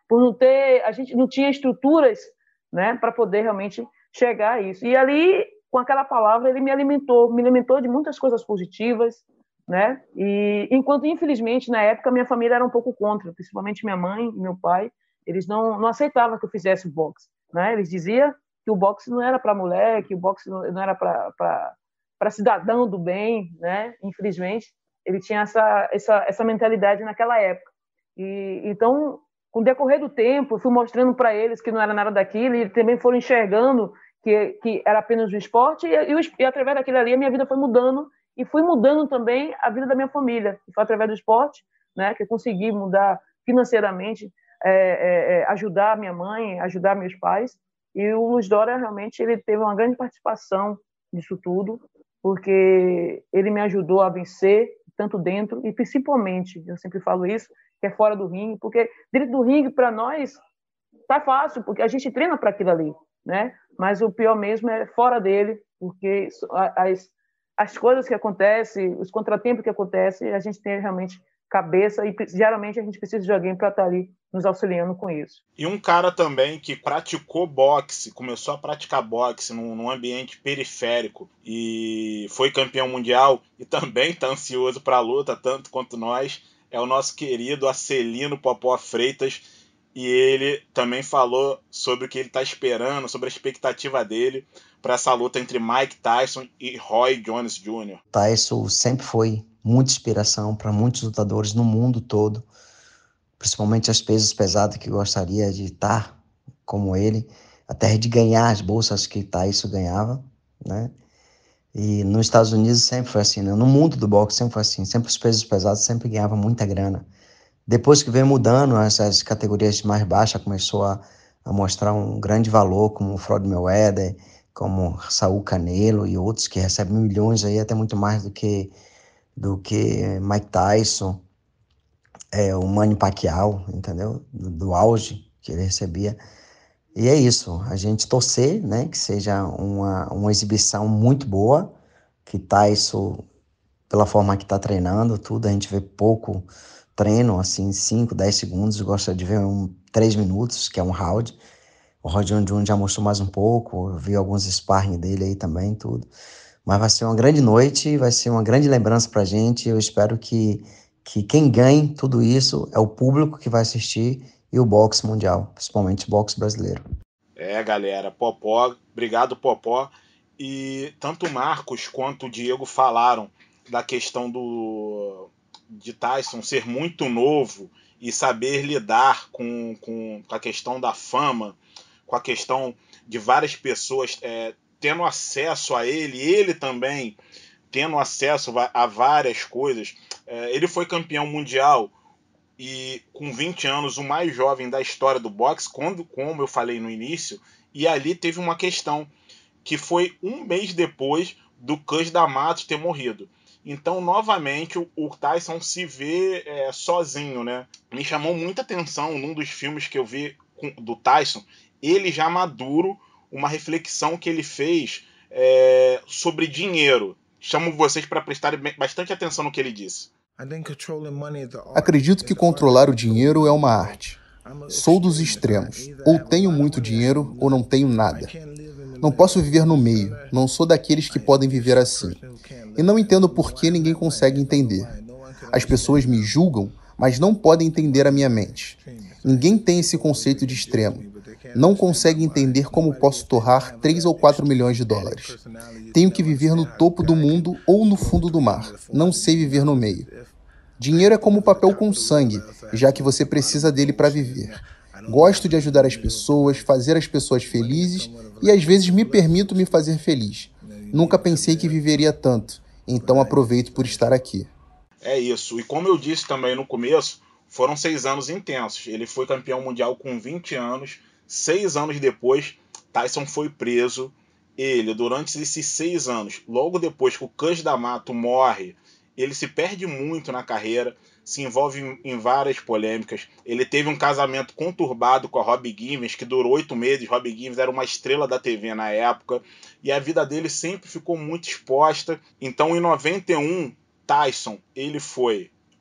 E: por não ter, a gente não tinha estruturas, né, para poder realmente chegar a isso. E ali, com aquela palavra, ele me alimentou, me alimentou de muitas coisas positivas, né? E enquanto, infelizmente, na época, minha família era um pouco contra, principalmente minha mãe e meu pai, eles não, não aceitavam que eu fizesse o boxe, né? Eles diziam que o boxe não era para mulher, que o boxe não era para cidadão do bem, né? Infelizmente, ele tinha essa, essa, essa mentalidade naquela época. E então, com o decorrer do tempo, eu fui mostrando para eles que não era nada daquilo, e eles também foram enxergando que, que era apenas o esporte, e, e, e através daquilo ali a minha vida foi mudando, e fui mudando também a vida da minha família. E foi através do esporte, né, que eu consegui mudar financeiramente, é, é, ajudar minha mãe, ajudar meus pais. E o Luiz Dória realmente ele teve uma grande participação nisso tudo, porque ele me ajudou a vencer, tanto dentro e principalmente, eu sempre falo isso, que é fora do ringue, porque dentro do ringue, para nós, tá fácil, porque a gente treina para aquilo ali, né? Mas o pior mesmo é fora dele, porque as, as coisas que acontecem, os contratempos que acontecem, a gente tem realmente cabeça e geralmente a gente precisa de alguém para estar ali nos auxiliando com isso.
C: E um cara também que praticou boxe, começou a praticar boxe num, num ambiente periférico e foi campeão mundial e também está ansioso para a luta, tanto quanto nós, é o nosso querido Acelino Popó Freitas, e ele também falou sobre o que ele está esperando, sobre a expectativa dele para essa luta entre Mike Tyson e Roy Jones Júnior
H: Tyson sempre foi muita inspiração para muitos lutadores no mundo todo, principalmente as pesos pesados que gostaria de estar como ele, até de ganhar as bolsas que Tyson ganhava, né? E nos Estados Unidos sempre foi assim, né? No mundo do boxe sempre foi assim, sempre os pesos pesados sempre ganhavam muita grana. Depois que veio mudando, essas categorias mais baixas começou a, a mostrar um grande valor, como o Floyd Mayweather, como Saul Canelo e outros que recebem milhões aí, até muito mais do que do que Mike Tyson, é, o Manny Pacquiao, entendeu? Do, do auge que ele recebia. E é isso, a gente torcer, né, que seja uma, uma exibição muito boa, que Tyson, pela forma que está treinando, tudo, a gente vê pouco treino, assim, cinco, dez segundos, gosta de ver um três minutos, que é um round. O Roy Jones Júnior já mostrou mais um pouco, eu vi alguns sparring dele aí também, tudo. Mas vai ser uma grande noite, vai ser uma grande lembrança pra gente. Eu espero que, que quem ganhe tudo isso é o público que vai assistir e o boxe mundial, principalmente o boxe brasileiro.
C: É, galera, Popó, obrigado, Popó. E tanto o Marcos quanto o Diego falaram da questão do, de Tyson ser muito novo e saber lidar com, com, com a questão da fama, com a questão de várias pessoas é, tendo acesso a ele, ele também tendo acesso a várias coisas. É, ele foi campeão mundial e com vinte anos, o mais jovem da história do boxe, quando, como eu falei no início, e ali teve uma questão, que foi um mês depois do Cus D'Amato ter morrido. Então, novamente, o, o Tyson se vê é, sozinho, né? Me chamou muita atenção num dos filmes que eu vi com, do Tyson, ele já maduro, uma reflexão que ele fez é, sobre dinheiro. Chamo vocês para prestarem bastante atenção no que ele disse.
I: Acredito que controlar o dinheiro é uma arte. Sou dos extremos. Ou tenho muito dinheiro ou não tenho nada. Não posso viver no meio. Não sou daqueles que podem viver assim. E não entendo por que ninguém consegue entender. As pessoas me julgam, mas não podem entender a minha mente. Ninguém tem esse conceito de extremo. Não consegue entender como posso torrar três ou quatro milhões de dólares. Tenho que viver no topo do mundo ou no fundo do mar. Não sei viver no meio. Dinheiro é como papel com sangue, já que você precisa dele para viver. Gosto de ajudar as pessoas, fazer as pessoas felizes e às vezes me permito me fazer feliz. Nunca pensei que viveria tanto, então aproveito por estar aqui.
C: É isso. E como eu disse também no começo, foram seis anos intensos. Ele foi campeão mundial com vinte anos. Seis anos depois, Tyson foi preso. Ele, durante esses seis anos, logo depois que o Cus D'Amato morre, ele se perde muito na carreira, se envolve em, em várias polêmicas. Ele teve um casamento conturbado com a Robbie Givens, que durou oito meses. Robbie Givens era uma estrela da T V na época, e a vida dele sempre ficou muito exposta. Então, em noventa e um, Tyson ele foi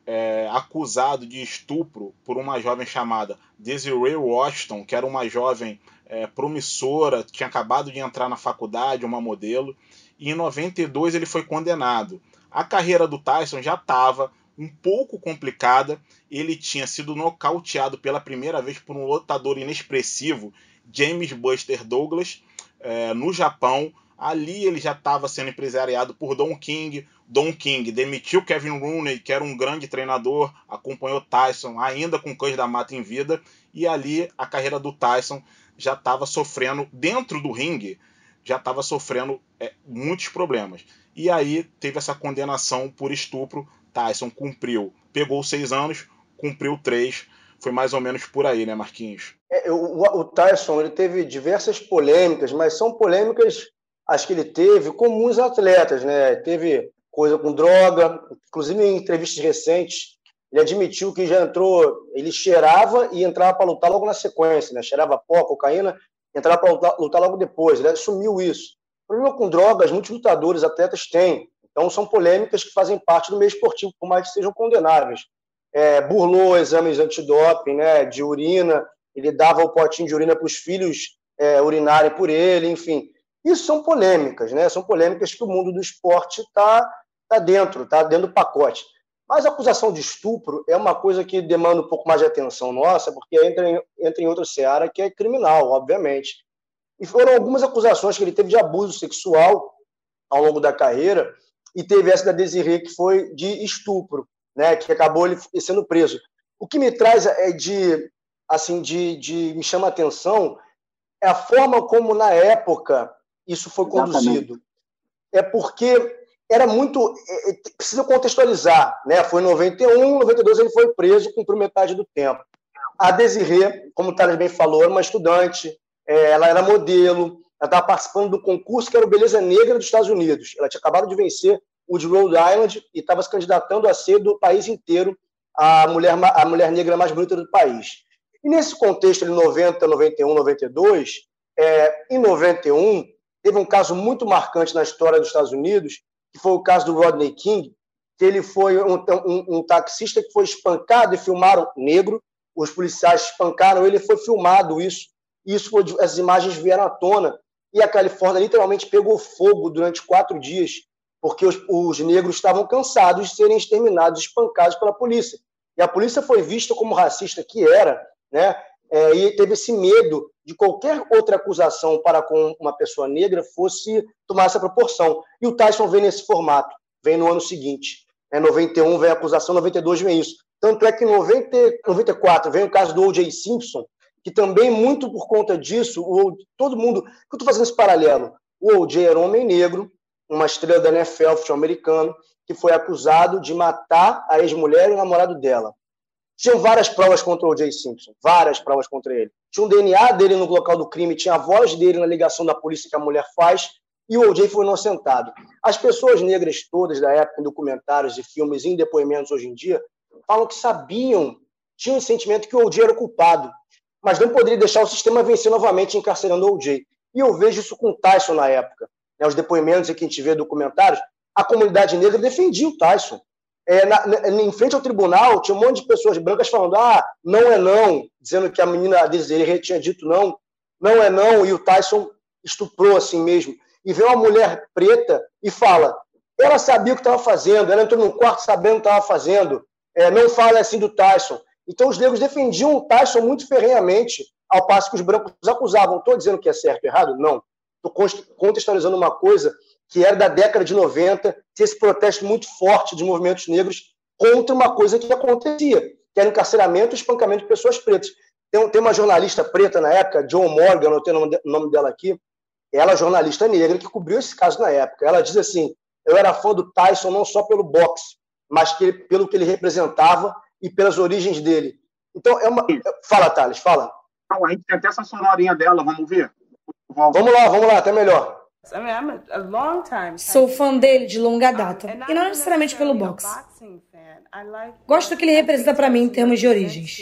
C: é, acusado de estupro por uma jovem chamada Desiree Washington, que era uma jovem é, promissora, tinha acabado de entrar na faculdade, uma modelo, e em noventa e dois ele foi condenado. A carreira do Tyson já estava um pouco complicada, ele tinha sido nocauteado pela primeira vez por um lutador inexpressivo, James Buster Douglas, é, no Japão. Ali ele já estava sendo empresariado por Don King. Don King demitiu Kevin Rooney, que era um grande treinador, acompanhou Tyson ainda com Cães da Mata em vida, e ali a carreira do Tyson já estava sofrendo, dentro do ringue, já estava sofrendo é, muitos problemas. E aí teve essa condenação por estupro. Tyson cumpriu, pegou seis anos, cumpriu três. Foi mais ou menos por aí, né, Marquinhos?
G: É, o, o Tyson ele teve diversas polêmicas, mas são polêmicas, as que ele teve, comuns atletas, né? Teve coisa com droga, inclusive em entrevistas recentes, ele admitiu que já entrou, ele cheirava e entrava para lutar logo na sequência, né? Cheirava pó, cocaína, entrava para lutar, lutar logo depois. Ele assumiu isso. O problema com drogas, muitos lutadores, atletas têm. Então, são polêmicas que fazem parte do meio esportivo, por mais que sejam condenáveis. É, burlou exames antidoping, né, de urina, ele dava o potinho de urina para os filhos é, urinarem por ele, enfim. Isso são polêmicas, né? São polêmicas que o mundo do esporte está tá dentro, está dentro do pacote. Mas a acusação de estupro é uma coisa que demanda um pouco mais de atenção nossa, porque entra em, entra em outra seara que é criminal, obviamente. E foram algumas acusações que ele teve de abuso sexual ao longo da carreira, e teve essa da Desiree, que foi de estupro, né, que acabou ele sendo preso. O que me traz é de, assim, de, de me chama a atenção é a forma como, na época, isso foi conduzido. Exatamente. É porque era muito... É, precisa contextualizar, né? Foi em noventa e um, noventa e dois ele foi preso, cumpriu metade do tempo. A Desiree, como o Thales bem falou, era uma estudante, é, ela era modelo, ela estava participando do concurso que era o Beleza Negra dos Estados Unidos. Ela tinha acabado de vencer o de Rhode Island e estava se candidatando a ser do país inteiro a mulher, a mulher negra mais bonita do país. E nesse contexto, em noventa, noventa e um, noventa e dois, é, em noventa e um, teve um caso muito marcante na história dos Estados Unidos, que foi o caso do Rodney King, que ele foi um, um, um taxista que foi espancado e filmaram negro, os policiais espancaram ele, foi filmado isso, isso foi, as imagens vieram à tona, e a Califórnia literalmente pegou fogo durante quatro dias, porque os, os negros estavam cansados de serem exterminados, espancados pela polícia. E a polícia foi vista como racista que era, né? É, e teve esse medo de qualquer outra acusação para com uma pessoa negra fosse tomar essa proporção. E o Tyson vem nesse formato, vem no ano seguinte. Em noventa e um vem a acusação, noventa e dois vem isso. Tanto é que em noventa, noventa e quatro vem o caso do O J Simpson, que também, muito por conta disso, o, todo mundo... Por que eu estou fazendo esse paralelo? O O J era um homem negro, uma estrela da N F L, futebol americano, que foi acusado de matar a ex-mulher e o namorado dela. Tinham várias provas contra o O J Simpson, várias provas contra ele. Tinha um D N A dele no local do crime, tinha a voz dele na ligação da polícia que a mulher faz, e o O J foi inocentado. As pessoas negras todas da época, em documentários e filmes, em depoimentos hoje em dia, falam que sabiam, tinham o sentimento que o O J era o culpado, mas não poderia deixar o sistema vencer novamente encarcerando o O J. E eu vejo isso com o Tyson na época. Né, os depoimentos que a gente vê documentários, a comunidade negra defendia o Tyson. É, na, na, em frente ao tribunal, tinha um monte de pessoas brancas falando, ah, não é não, dizendo que a menina Desiree tinha dito não, não é não, e o Tyson estuprou assim mesmo. E vê uma mulher preta e fala, ela sabia o que estava fazendo, ela entrou no quarto sabendo o que estava fazendo, é, não fala assim do Tyson. Então os negros defendiam o Tyson muito ferrenhamente, ao passo que os brancos acusavam. Estou dizendo que é certo ou errado? Não. Estou contextualizando uma coisa que era da década de noventa, tinha esse protesto muito forte de movimentos negros contra uma coisa que acontecia, que era o encarceramento e o espancamento de pessoas pretas. Tem, tem uma jornalista preta na época, Joan Morgan, não tenho o nome, nome dela aqui, ela é jornalista negra que cobriu esse caso na época. Ela diz assim, eu era fã do Tyson não só pelo boxe, mas que, pelo que ele representava e pelas origens dele. Então, é uma... Fala, Thales, fala.
J: Não, a gente tem até essa sonorinha dela, vamos ver?
G: Vamos lá, vamos lá, até melhor.
K: Sou fã dele de longa data, e não necessariamente pelo boxe. Gosto do que ele representa para mim em termos de origens.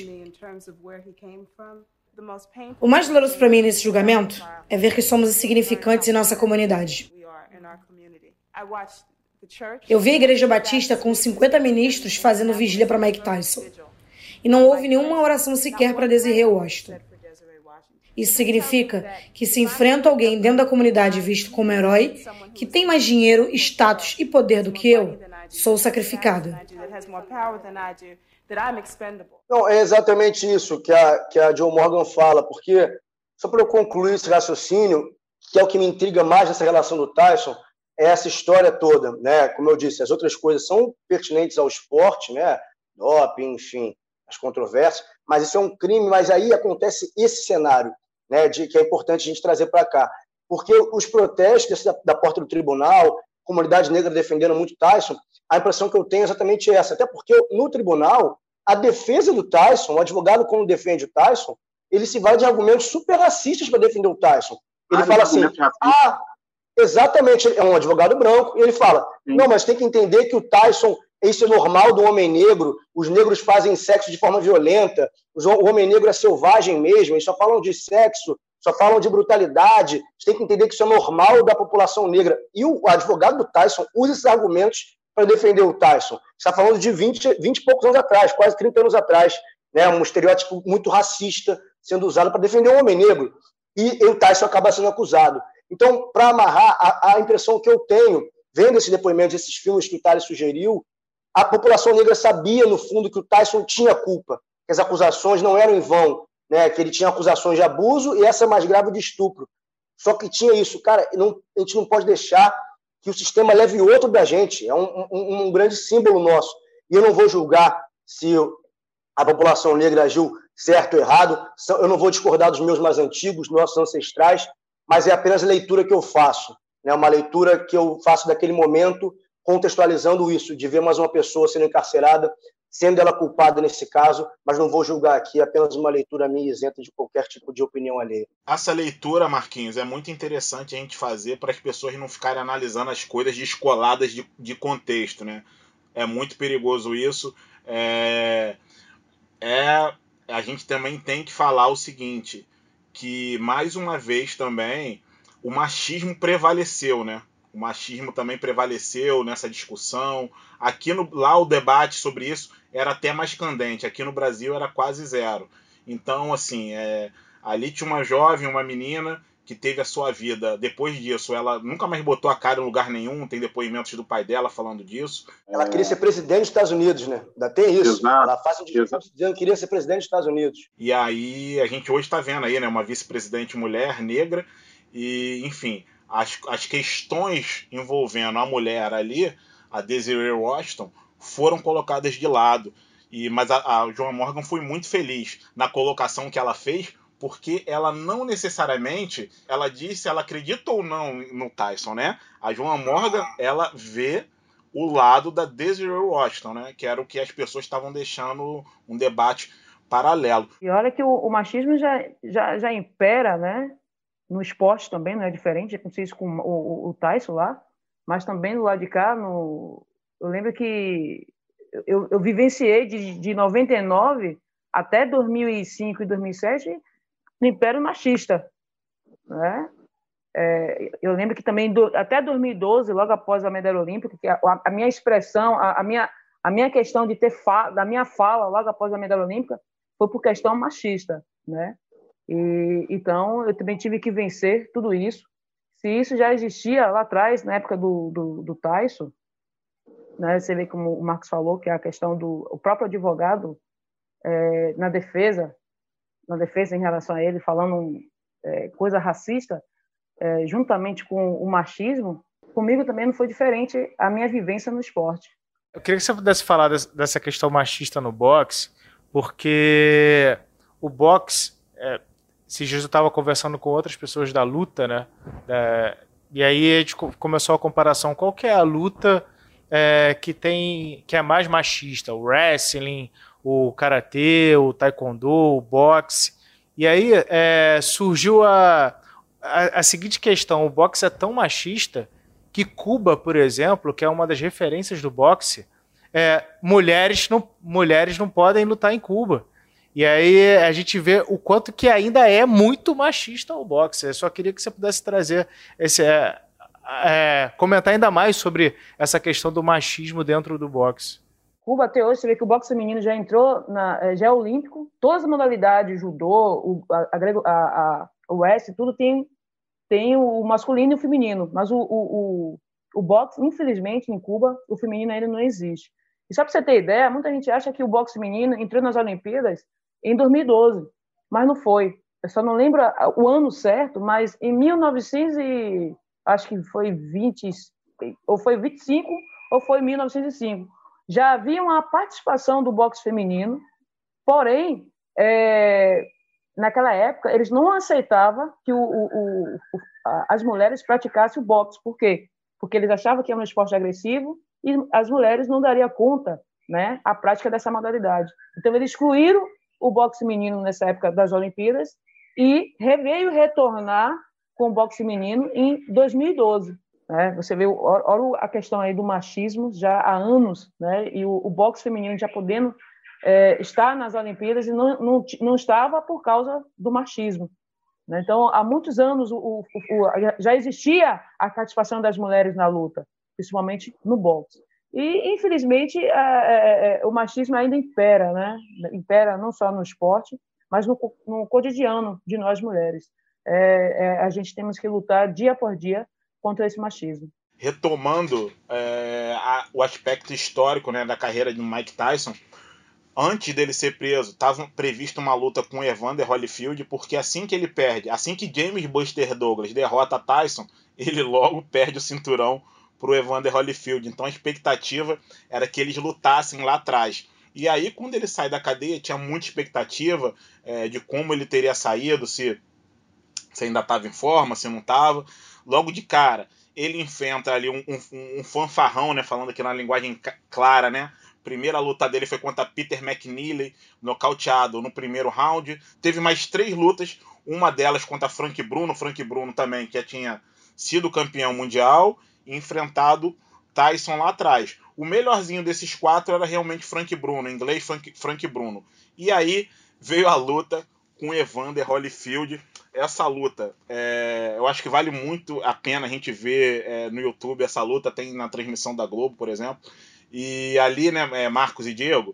K: O mais doloroso para mim nesse julgamento é ver que somos insignificantes em nossa comunidade. Eu vi a Igreja Batista com cinquenta ministros fazendo vigília para Mike Tyson. E não houve nenhuma oração sequer para Desiree Washington. Isso significa que se enfrento alguém dentro da comunidade visto como herói, que tem mais dinheiro, status e poder do que eu, sou sacrificada.
G: Não, é exatamente isso que a, que a Jo Morgan fala, porque, só para eu concluir esse raciocínio, que é o que me intriga mais nessa relação do Tyson, é essa história toda, né? Como eu disse, as outras coisas são pertinentes ao esporte, né? Doping, enfim, as controvérsias, mas isso é um crime, mas aí acontece esse cenário, né? De, que é importante a gente trazer para cá. Porque os protestos da, da porta do tribunal, comunidade negra defendendo muito Tyson, a impressão que eu tenho é exatamente essa, até porque no tribunal, a defesa do Tyson, o advogado quando defende o Tyson, ele se vai de argumentos super racistas para defender o Tyson. Ele ah, fala assim, ah, exatamente, é um advogado branco, e ele fala, Sim. não, mas tem que entender que o Tyson, isso é normal do homem negro, os negros fazem sexo de forma violenta, o homem negro é selvagem mesmo, eles só falam de sexo, só falam de brutalidade, você tem que entender que isso é normal da população negra. E o advogado do Tyson usa esses argumentos para defender o Tyson. Você está falando de vinte, vinte e poucos anos atrás, quase trinta anos atrás, né? Um estereótipo muito racista sendo usado para defender um homem negro. E o Tyson acaba sendo acusado. Então, para amarrar, a, a impressão que eu tenho, vendo esses depoimentos, esses filmes que o Thales sugeriu, a população negra sabia, no fundo, que o Tyson tinha culpa, que as acusações não eram em vão, né? Que ele tinha acusações de abuso e essa mais grave de estupro. Só que tinha isso. Cara, não, a gente não pode deixar que o sistema leve outro da gente. É um, um, um grande símbolo nosso. E eu não vou julgar se a população negra agiu certo ou errado. Eu não vou discordar dos meus mais antigos, nossos ancestrais, mas é apenas a leitura que eu faço. Né? Uma leitura que eu faço daquele momento, contextualizando isso, de ver mais uma pessoa sendo encarcerada, sendo ela culpada nesse caso, mas não vou julgar aqui, é apenas uma leitura minha isenta de qualquer tipo de opinião alheia.
C: Essa leitura, Marquinhos, é muito interessante a gente fazer para as pessoas não ficarem analisando as coisas descoladas de, de contexto, né? É muito perigoso isso. É, é, a gente também tem que falar o seguinte, que mais uma vez também o machismo prevaleceu, né? O machismo também prevaleceu nessa discussão. Aqui no, lá o debate sobre isso era até mais candente. Aqui no Brasil era quase zero. Então, assim, é, ali tinha uma jovem, uma menina que teve a sua vida. Depois disso, ela nunca mais botou a cara em lugar nenhum. Tem depoimentos do pai dela falando disso.
G: Ela queria ser presidente dos Estados Unidos, né? Ainda tem isso. Exato. Ela faz um discurso dizendo que queria ser presidente dos Estados Unidos.
C: E aí, a gente hoje está vendo aí, né? Uma vice-presidente mulher, negra. E, enfim... As, as questões envolvendo a mulher ali, a Desiree Washington, foram colocadas de lado. E, mas a, a Jo Morgan foi muito feliz na colocação que ela fez, porque ela não necessariamente, ela disse, ela acredita ou não no Tyson, né? A Jo Morgan, ela vê o lado da Desiree Washington, né? Que era o que as pessoas estavam deixando um debate paralelo.
E: E olha que o, o machismo já, já, já impera, né? No esporte também, não é diferente, aconteceu isso com o, o, o Tyson lá, mas também do lado de cá, no, eu lembro que eu, eu vivenciei de, de noventa e nove até dois mil e cinco e dois mil e sete no Império Machista, né? É, eu lembro que também do, até dois mil e doze, logo após a medalha olímpica, que a, a minha expressão, a, a, minha, a minha questão de ter fa, da minha fala logo após a medalha olímpica foi por questão machista, né? E, então, eu também tive que vencer tudo isso. Se isso já existia lá atrás, na época do, do, do Tyson, né, você vê como o Marcos falou, que é a questão do o próprio advogado é, na defesa, na defesa em relação a ele, falando é, coisa racista, é, juntamente com o machismo, comigo também não foi diferente a minha vivência no esporte.
F: Eu queria que você pudesse falar dessa questão machista no boxe, porque o boxe... É, esses dias eu estava conversando com outras pessoas da luta, né? É, e aí a gente começou a comparação. Qual que é a luta é, que tem que é mais machista? O wrestling, o karatê, o taekwondo, o boxe. E aí é, surgiu a, a, a seguinte questão. O boxe é tão machista que Cuba, por exemplo, que é uma das referências do boxe, é, mulheres, não, mulheres não podem lutar em Cuba. E aí a gente vê o quanto que ainda é muito machista o boxe. Eu só queria que você pudesse trazer esse, a, é, comentar ainda mais sobre essa questão do machismo dentro do boxe.
E: Cuba até hoje, você vê que o boxe feminino já entrou, na, já é olímpico, todas as modalidades, judô, o, a, a, a, o West, tudo tem, tem o masculino e o feminino, mas o, o, o, o boxe, infelizmente, em Cuba, o feminino ainda não existe. E só para você ter ideia, muita gente acha que o boxe feminino entrou nas Olimpíadas em dois mil e doze, mas não foi. Eu só não lembro o ano certo, mas em mil e novecentos e acho que foi vinte, ou foi vinte e cinco, ou foi mil novecentos e cinco. Já havia uma participação do boxe feminino, porém, é, naquela época, eles não aceitavam que o, o, o, as mulheres praticassem o boxe. Por quê? Porque eles achavam que era um esporte agressivo e as mulheres não dariam conta, né, a prática dessa modalidade. Então, eles excluíram o boxe feminino nessa época das Olimpíadas e veio retornar com o boxe feminino em dois mil e doze. Né? Você vê, olha a questão aí do machismo já há anos, né? E o, o boxe feminino já podendo é, estar nas Olimpíadas e não, não, não estava por causa do machismo. Né? Então, há muitos anos o, o, o, já existia a participação das mulheres na luta, principalmente no boxe. E, infelizmente, é, é, o machismo ainda impera, né? Impera não só no esporte, mas no, no cotidiano de nós mulheres. É, é, a gente temos que lutar dia por dia contra esse machismo.
C: Retomando é, a, o aspecto histórico, né, da carreira de Mike Tyson, antes dele ser preso, estava prevista uma luta com Evander Holyfield, porque assim que ele perde, assim que James Buster Douglas derrota Tyson, ele logo perde o cinturão para o Evander Holyfield. Então a expectativa era que eles lutassem lá atrás. E aí, quando ele sai da cadeia, tinha muita expectativa é, de como ele teria saído, se, se ainda estava em forma, se não estava. Logo de cara, ele enfrenta ali um, um, um fanfarrão, né, falando aqui na linguagem clara, né? Primeira luta dele foi contra Peter McNeely, nocauteado no primeiro round. Teve mais três lutas, uma delas contra Frank Bruno, Frank Bruno também, que já tinha sido campeão mundial, e enfrentado Tyson lá atrás. O melhorzinho desses quatro era realmente Frank Bruno, em inglês Frank, Frank Bruno. E aí veio a luta com Evander Holyfield. Essa luta, é, eu acho que vale muito a pena a gente ver é, no YouTube essa luta, tem na transmissão da Globo, por exemplo. E ali, né, Marcos e Diego,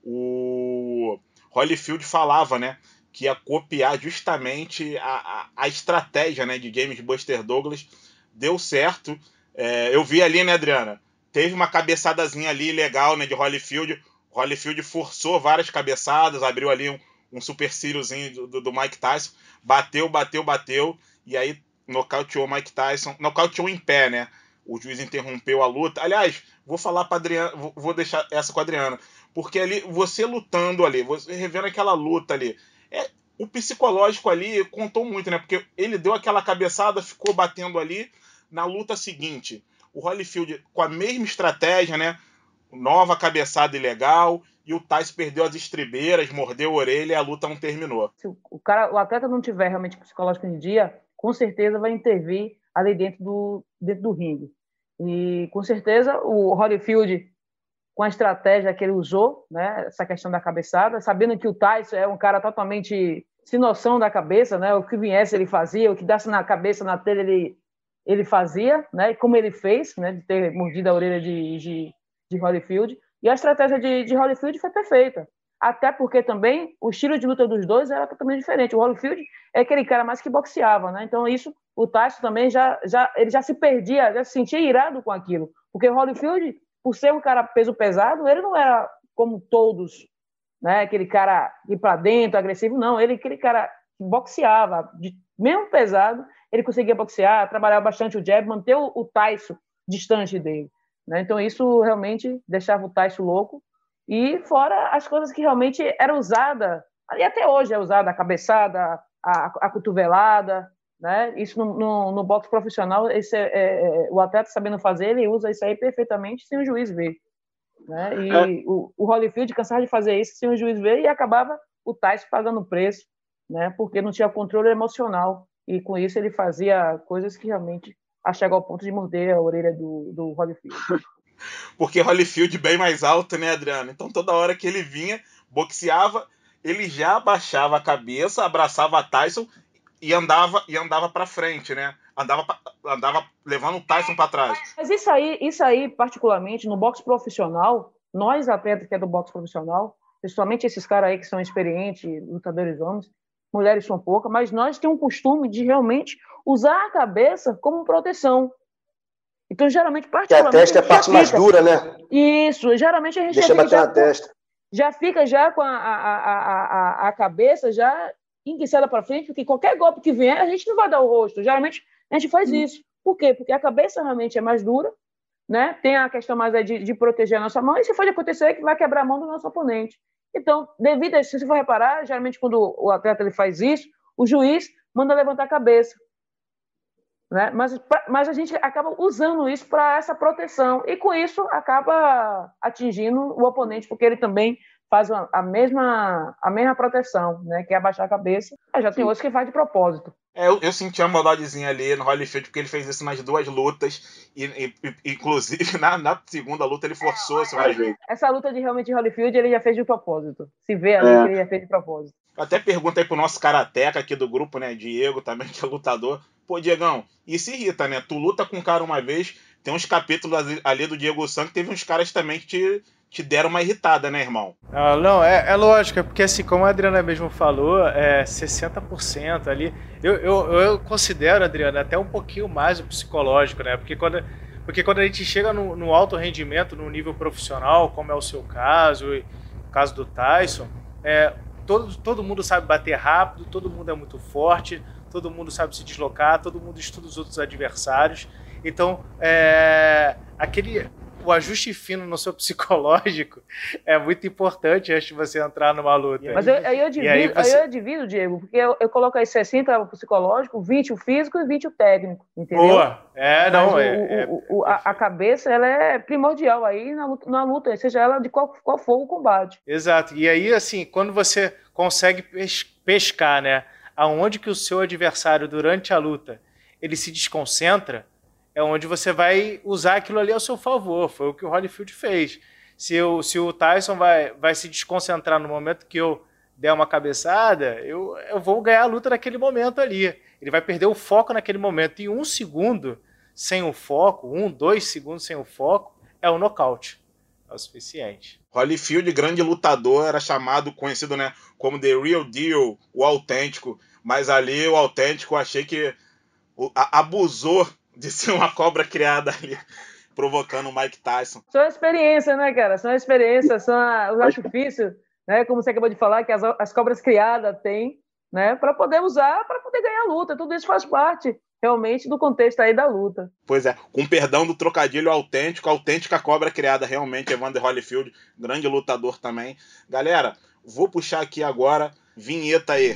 C: o Holyfield falava, né, que ia copiar justamente a, a, a estratégia, né, de James Buster Douglas. Deu certo. É, eu vi ali, né, Adriana? Teve uma cabeçadazinha ali legal, né, de Holyfield. Holyfield forçou várias cabeçadas, abriu ali um, um supercíliozinho do, do Mike Tyson. Bateu, bateu, bateu. E aí nocauteou o Mike Tyson. Nocauteou em pé, né? O juiz interrompeu a luta. Aliás, vou falar para Adriana, vou, vou deixar essa com a Adriana. Porque ali, você lutando ali, você revendo aquela luta ali, é, o psicológico ali contou muito, né? Porque ele deu aquela cabeçada, ficou batendo ali. Na luta seguinte, o Holyfield com a mesma estratégia, né? Nova cabeçada ilegal, e o Tyson perdeu as estribeiras, mordeu a orelha e a luta não terminou.
E: Se o, cara, o atleta não tiver realmente psicológico em dia, com certeza vai intervir ali dentro do, dentro do ringue. E com certeza o Holyfield, com a estratégia que ele usou, né? Essa questão da cabeçada, sabendo que o Tyson é um cara totalmente sem noção da cabeça, né? O que viesse ele fazia, o que desse na cabeça, na telha, ele ele fazia, né, como ele fez, né, de ter mordido a orelha de, de, de Holyfield, e a estratégia de, de Holyfield foi perfeita, até porque também o estilo de luta dos dois era totalmente diferente. O Holyfield é aquele cara mais que boxeava, né, então isso, o Tyson também já, já, ele já se perdia, já se sentia irado com aquilo, porque o Holyfield, por ser um cara peso pesado, ele não era como todos, né, aquele cara ir para dentro, agressivo, não, ele aquele cara que boxeava, de, mesmo pesado, ele conseguia boxear, trabalhava bastante o jab, manter o, o Tyson distante dele. Né? Então, isso realmente deixava o Tyson louco. E fora as coisas que realmente eram usadas, e até hoje é usada, a cabeçada, a, a cotovelada. Né? Isso no, no, no boxe profissional, esse é, é, o atleta sabendo fazer, ele usa isso aí perfeitamente sem o juiz ver. Né? E é. o, o Holyfield cansava de fazer isso sem o juiz ver e acabava o Tyson pagando o preço, né? Porque não tinha controle emocional. E com isso ele fazia coisas que realmente chegam ao ponto de morder a orelha do, do Holyfield.
C: Porque Holyfield bem mais alto, né, Adriano? Então toda hora que ele vinha, boxeava, ele já abaixava a cabeça, abraçava a Tyson e andava, e andava para frente, né? andava, andava levando o Tyson para trás.
E: Mas isso aí, isso aí, particularmente, no boxe profissional, nós atletas que é do boxe profissional, principalmente esses caras aí que são experientes, lutadores homens, mulheres são poucas, mas nós temos um costume de realmente usar a cabeça como proteção. Então, geralmente, particularmente...
G: Que a testa é a parte mais dura, né?
E: Isso, geralmente a gente
G: Deixa
E: já fica,
G: bater
E: já,
G: na testa.
E: já fica já com a, a, a, a, a cabeça já enguiçada para frente, porque qualquer golpe que vier, a gente não vai dar o rosto. Geralmente, a gente faz isso. Por quê? Porque a cabeça realmente é mais dura, né? Tem a questão mais de, de proteger a nossa mão, e se for de acontecer, que vai quebrar a mão do nosso oponente. Então, devido a isso, se você for reparar, geralmente quando o atleta ele faz isso, o juiz manda levantar a cabeça. Né? Mas, mas a gente acaba usando isso para essa proteção, e com isso acaba atingindo o oponente, porque ele também faz a mesma, a mesma proteção, né? Que é abaixar a cabeça. Mas já tem outros que faz de propósito.
C: É, eu, eu senti uma maldadezinha ali no Holyfield, porque ele fez isso nas duas lutas, e, e, e inclusive na, na segunda luta ele forçou esse Holyfield.
E: Essa luta de realmente de Holyfield ele já fez de propósito. Se vê ali é. que ele já fez de propósito.
C: Eu até pergunta aí pro nosso karateca aqui do grupo, né, Diego também, que é lutador. Pô, Diegão, isso irrita, né? Tu luta com um cara uma vez, tem uns capítulos ali do Diego San que teve uns caras também que te, te deram uma irritada, né, irmão?
F: Ah, não, é, é lógico, porque assim, como a Adriana mesmo falou, é sessenta por cento ali. Eu, eu, eu considero, Adriana, até um pouquinho mais o psicológico, né? Porque quando, porque quando a gente chega no, no alto rendimento, no nível profissional, como é o seu caso, e o caso do Tyson, é, todo, todo mundo sabe bater rápido, todo mundo é muito forte, todo mundo sabe se deslocar, todo mundo estuda os outros adversários. Então, é, aquele, o ajuste fino no seu psicológico é muito importante antes de você entrar numa luta.
E: Mas eu, aí, eu divido, aí, você... aí eu divido, Diego, porque eu, eu coloco aí sessenta o psicológico, vinte o físico e vinte o técnico, entendeu?
F: Boa! É, não,
E: Mas
F: é,
E: o, o, o, a, a cabeça, ela é primordial aí na luta, na luta, seja ela de qual, qual for o combate.
F: Exato. E aí, assim, quando você consegue pescar, né, aonde que o seu adversário, durante a luta, ele se desconcentra, é onde você vai usar aquilo ali ao seu favor. Foi o que o Holyfield fez. Se, eu, se o Tyson vai, vai se desconcentrar no momento que eu der uma cabeçada, eu, eu vou ganhar a luta naquele momento ali. Ele vai perder o foco naquele momento. E um segundo sem o foco, um, dois segundos sem o foco, é o nocaute. É o suficiente.
C: Holyfield, grande lutador, era chamado, conhecido, né, como The Real Deal, o autêntico. Mas ali, o autêntico, eu achei que o, a, abusou de ser uma cobra criada ali, provocando o Mike Tyson.
E: São experiência, né, cara? São experiências, são a, os artifícios, né? Como você acabou de falar, que as, as cobras criadas têm, né? Para poder usar, para poder ganhar a luta. Tudo isso faz parte, realmente, do contexto aí da luta.
C: Pois é, com perdão do trocadilho autêntico, autêntica cobra criada, realmente, Evander Holyfield, grande lutador também. Galera, vou puxar aqui agora, vinheta aí.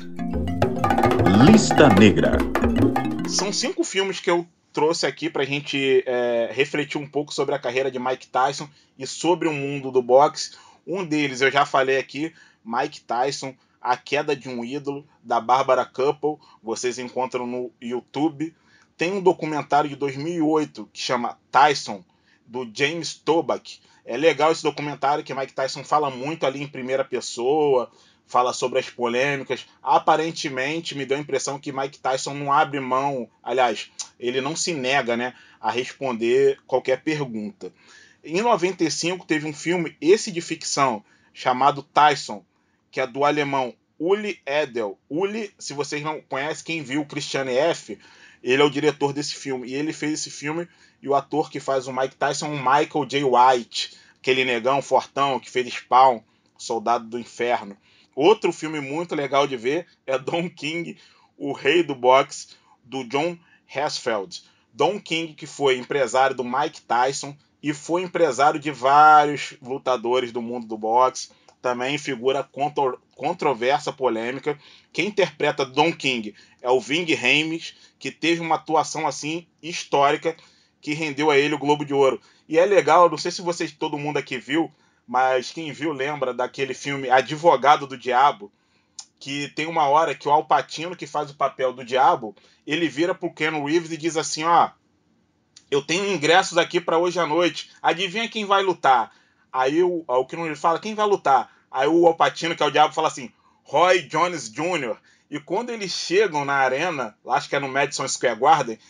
A: Lista Negra.
C: São cinco filmes que eu trouxe aqui pra gente é, refletir um pouco sobre a carreira de Mike Tyson e sobre o mundo do boxe. Um deles eu já falei aqui, Mike Tyson, A Queda de um Ídolo, da Barbara Couple. Vocês encontram no YouTube. Tem um documentário de dois mil e oito que chama Tyson, do James Toback. É legal esse documentário, que Mike Tyson fala muito ali em primeira pessoa, fala sobre as polêmicas. Aparentemente, me deu a impressão que Mike Tyson não abre mão, aliás, ele não se nega, né, a responder qualquer pergunta. Em noventa e cinco, teve um filme, esse de ficção, chamado Tyson, que é do alemão Uli Edel. Uli, se vocês não conhecem, quem viu Christiane F., ele é o diretor desse filme. E ele fez esse filme, e o ator que faz o Mike Tyson é o Michael J. White, aquele negão fortão que fez Spawn, Soldado do Inferno. Outro filme muito legal de ver é Don King, o rei do boxe, do John Herzfeld. Don King, que foi empresário do Mike Tyson e foi empresário de vários lutadores do mundo do boxe, também figura contro- controversa, polêmica. Quem interpreta Don King é o Ving Rhames, que teve uma atuação assim histórica que rendeu a ele o Globo de Ouro. E é legal, não sei se vocês, todo mundo aqui viu, mas quem viu lembra daquele filme Advogado do Diabo, que tem uma hora que o Al Pacino, que faz o papel do diabo, ele vira pro Ken Reeves e diz assim, ó, eu tenho ingressos aqui para hoje à noite, adivinha quem vai lutar? Aí o, o Ken Reeves fala, quem vai lutar? Aí o Al Pacino, que é o diabo, fala assim, Roy Jones Júnior E quando eles chegam na arena, acho que é no Madison Square Garden,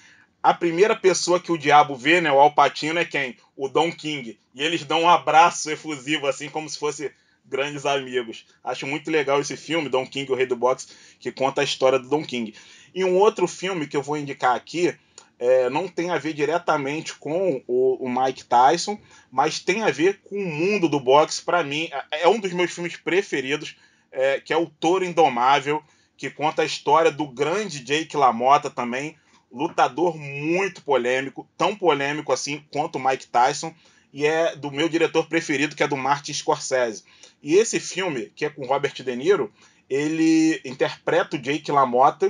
C: a primeira pessoa que o diabo vê, né, o Al Pacino, é quem? O Don King. E eles dão um abraço efusivo, assim, como se fossem grandes amigos. Acho muito legal esse filme, Don King, o Rei do Boxe, que conta a história do Don King. E um outro filme que eu vou indicar aqui, é, não tem a ver diretamente com o, o Mike Tyson, mas tem a ver com o mundo do boxe. Para mim, é um dos meus filmes preferidos, é, que é o Touro Indomável, que conta a história do grande Jake LaMotta também, lutador muito polêmico, tão polêmico assim quanto o Mike Tyson, e é do meu diretor preferido, que é do Martin Scorsese. E esse filme, que é com Robert De Niro, ele interpreta o Jake LaMotta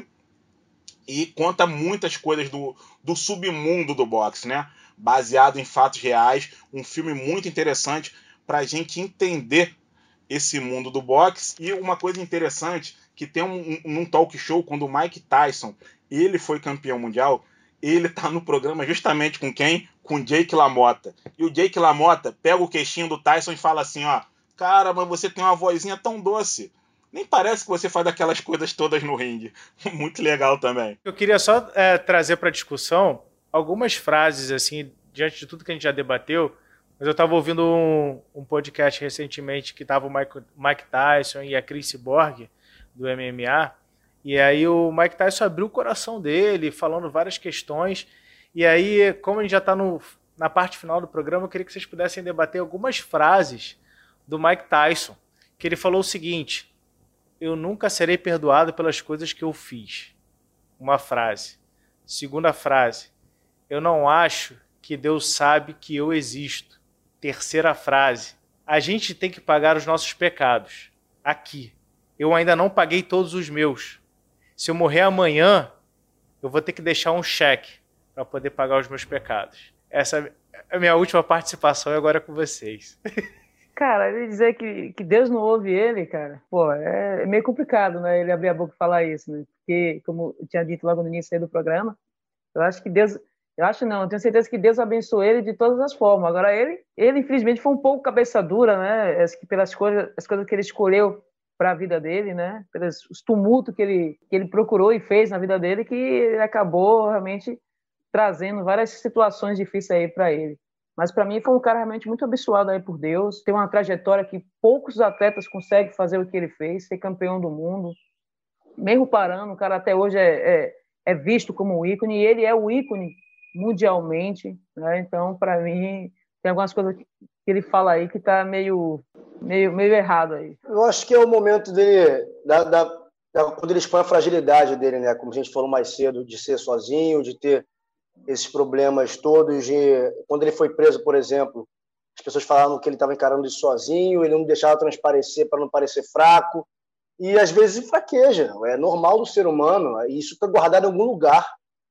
C: e conta muitas coisas do, do submundo do boxe, né? Baseado em fatos reais, um filme muito interessante para a gente entender esse mundo do boxe. E uma coisa interessante, que tem um, um, um talk show, quando o Mike Tyson ele foi campeão mundial, ele tá no programa justamente com quem? Com o Jake LaMotta. E o Jake LaMotta pega o queixinho do Tyson e fala assim, ó, cara, mas você tem uma vozinha tão doce. Nem parece que você faz aquelas coisas todas no ringue. Muito legal também.
F: Eu queria só é, trazer para discussão algumas frases, assim, diante de tudo que a gente já debateu, mas eu estava ouvindo um, um podcast recentemente que estava o Mike, Mike Tyson e a Chris Borg, do M M A, e aí o Mike Tyson abriu o coração dele, falando várias questões, e aí, como a gente já está na parte final do programa, eu queria que vocês pudessem debater algumas frases do Mike Tyson, que ele falou o seguinte: eu nunca serei perdoado pelas coisas que eu fiz. Uma frase. Segunda frase: eu não acho que Deus sabe que eu existo. Terceira frase: a gente tem que pagar os nossos pecados. Aqui. Eu ainda não paguei todos os meus. Se eu morrer amanhã, eu vou ter que deixar um cheque para poder pagar os meus pecados. Essa é a minha última participação e agora é com vocês.
E: Cara, ele dizer que, que Deus não ouve ele, cara, pô, é meio complicado, né? Ele abrir a boca e falar isso, né? Porque, como eu tinha dito logo no início aí do programa, eu acho que Deus... Eu acho não, eu tenho certeza que Deus abençoou ele de todas as formas. Agora, ele, ele infelizmente, foi um pouco cabeça dura, né? Pelas coisas, as coisas que ele escolheu para a vida dele, né? Pelos os tumultos que ele, que ele procurou e fez na vida dele, que ele acabou realmente trazendo várias situações difíceis aí para ele. Mas para mim foi um cara realmente muito abençoado aí por Deus, tem uma trajetória que poucos atletas conseguem fazer o que ele fez, ser campeão do mundo. Mesmo parando, o cara até hoje é, é, é visto como um ícone, e ele é o ícone mundialmente, né? Então, para mim, tem algumas coisas que ele fala aí que tá meio, meio, meio errado aí.
G: Eu acho que é o momento dele, da, da, da, quando ele expõe a fragilidade dele, né? Como a gente falou mais cedo, de ser sozinho, de ter esses problemas todos. De, quando ele foi preso, por exemplo, as pessoas falavam que ele estava encarando isso sozinho, ele não deixava transparecer para não parecer fraco, e às vezes fraqueja. É normal do ser humano, e isso está guardado em algum lugar.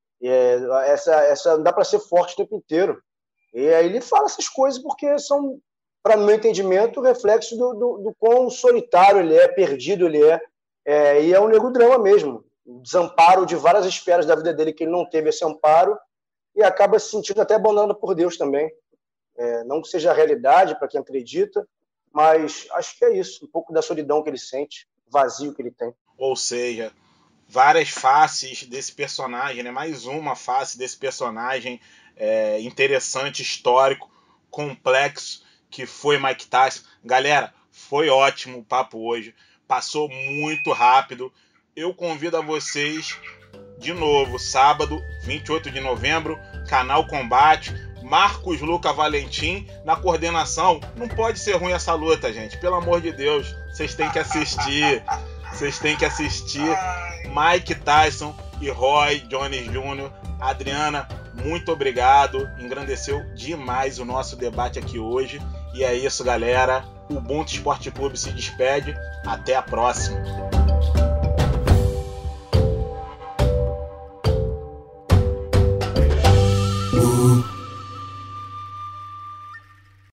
G: É, essa, essa, não dá para ser forte o tempo inteiro. E aí ele fala essas coisas porque são, para meu entendimento, reflexo do, do, do quão solitário ele é, perdido ele é, é e é um nego drama mesmo. Desamparo de várias esferas da vida dele que ele não teve esse amparo e acaba se sentindo até abandonado por Deus também. É, não que seja a realidade para quem acredita, mas acho que é isso, um pouco da solidão que ele sente, vazio que ele tem.
C: Ou seja, várias faces desse personagem, né? Mais uma face desse personagem é, interessante, histórico, complexo, que foi Mike Tyson. Galera, foi ótimo o papo hoje, passou muito rápido. Eu convido a vocês de novo, sábado, vinte e oito de novembro, Canal Combate, Marcos Luca Valentim na coordenação. Não pode ser ruim essa luta, gente, pelo amor de Deus, vocês têm que assistir. Vocês têm que assistir Mike Tyson e Roy Jones Júnior Adriana, muito obrigado. Engrandeceu demais o nosso debate aqui hoje. E é isso, galera. O Ubuntu Esporte Clube se despede. Até a próxima.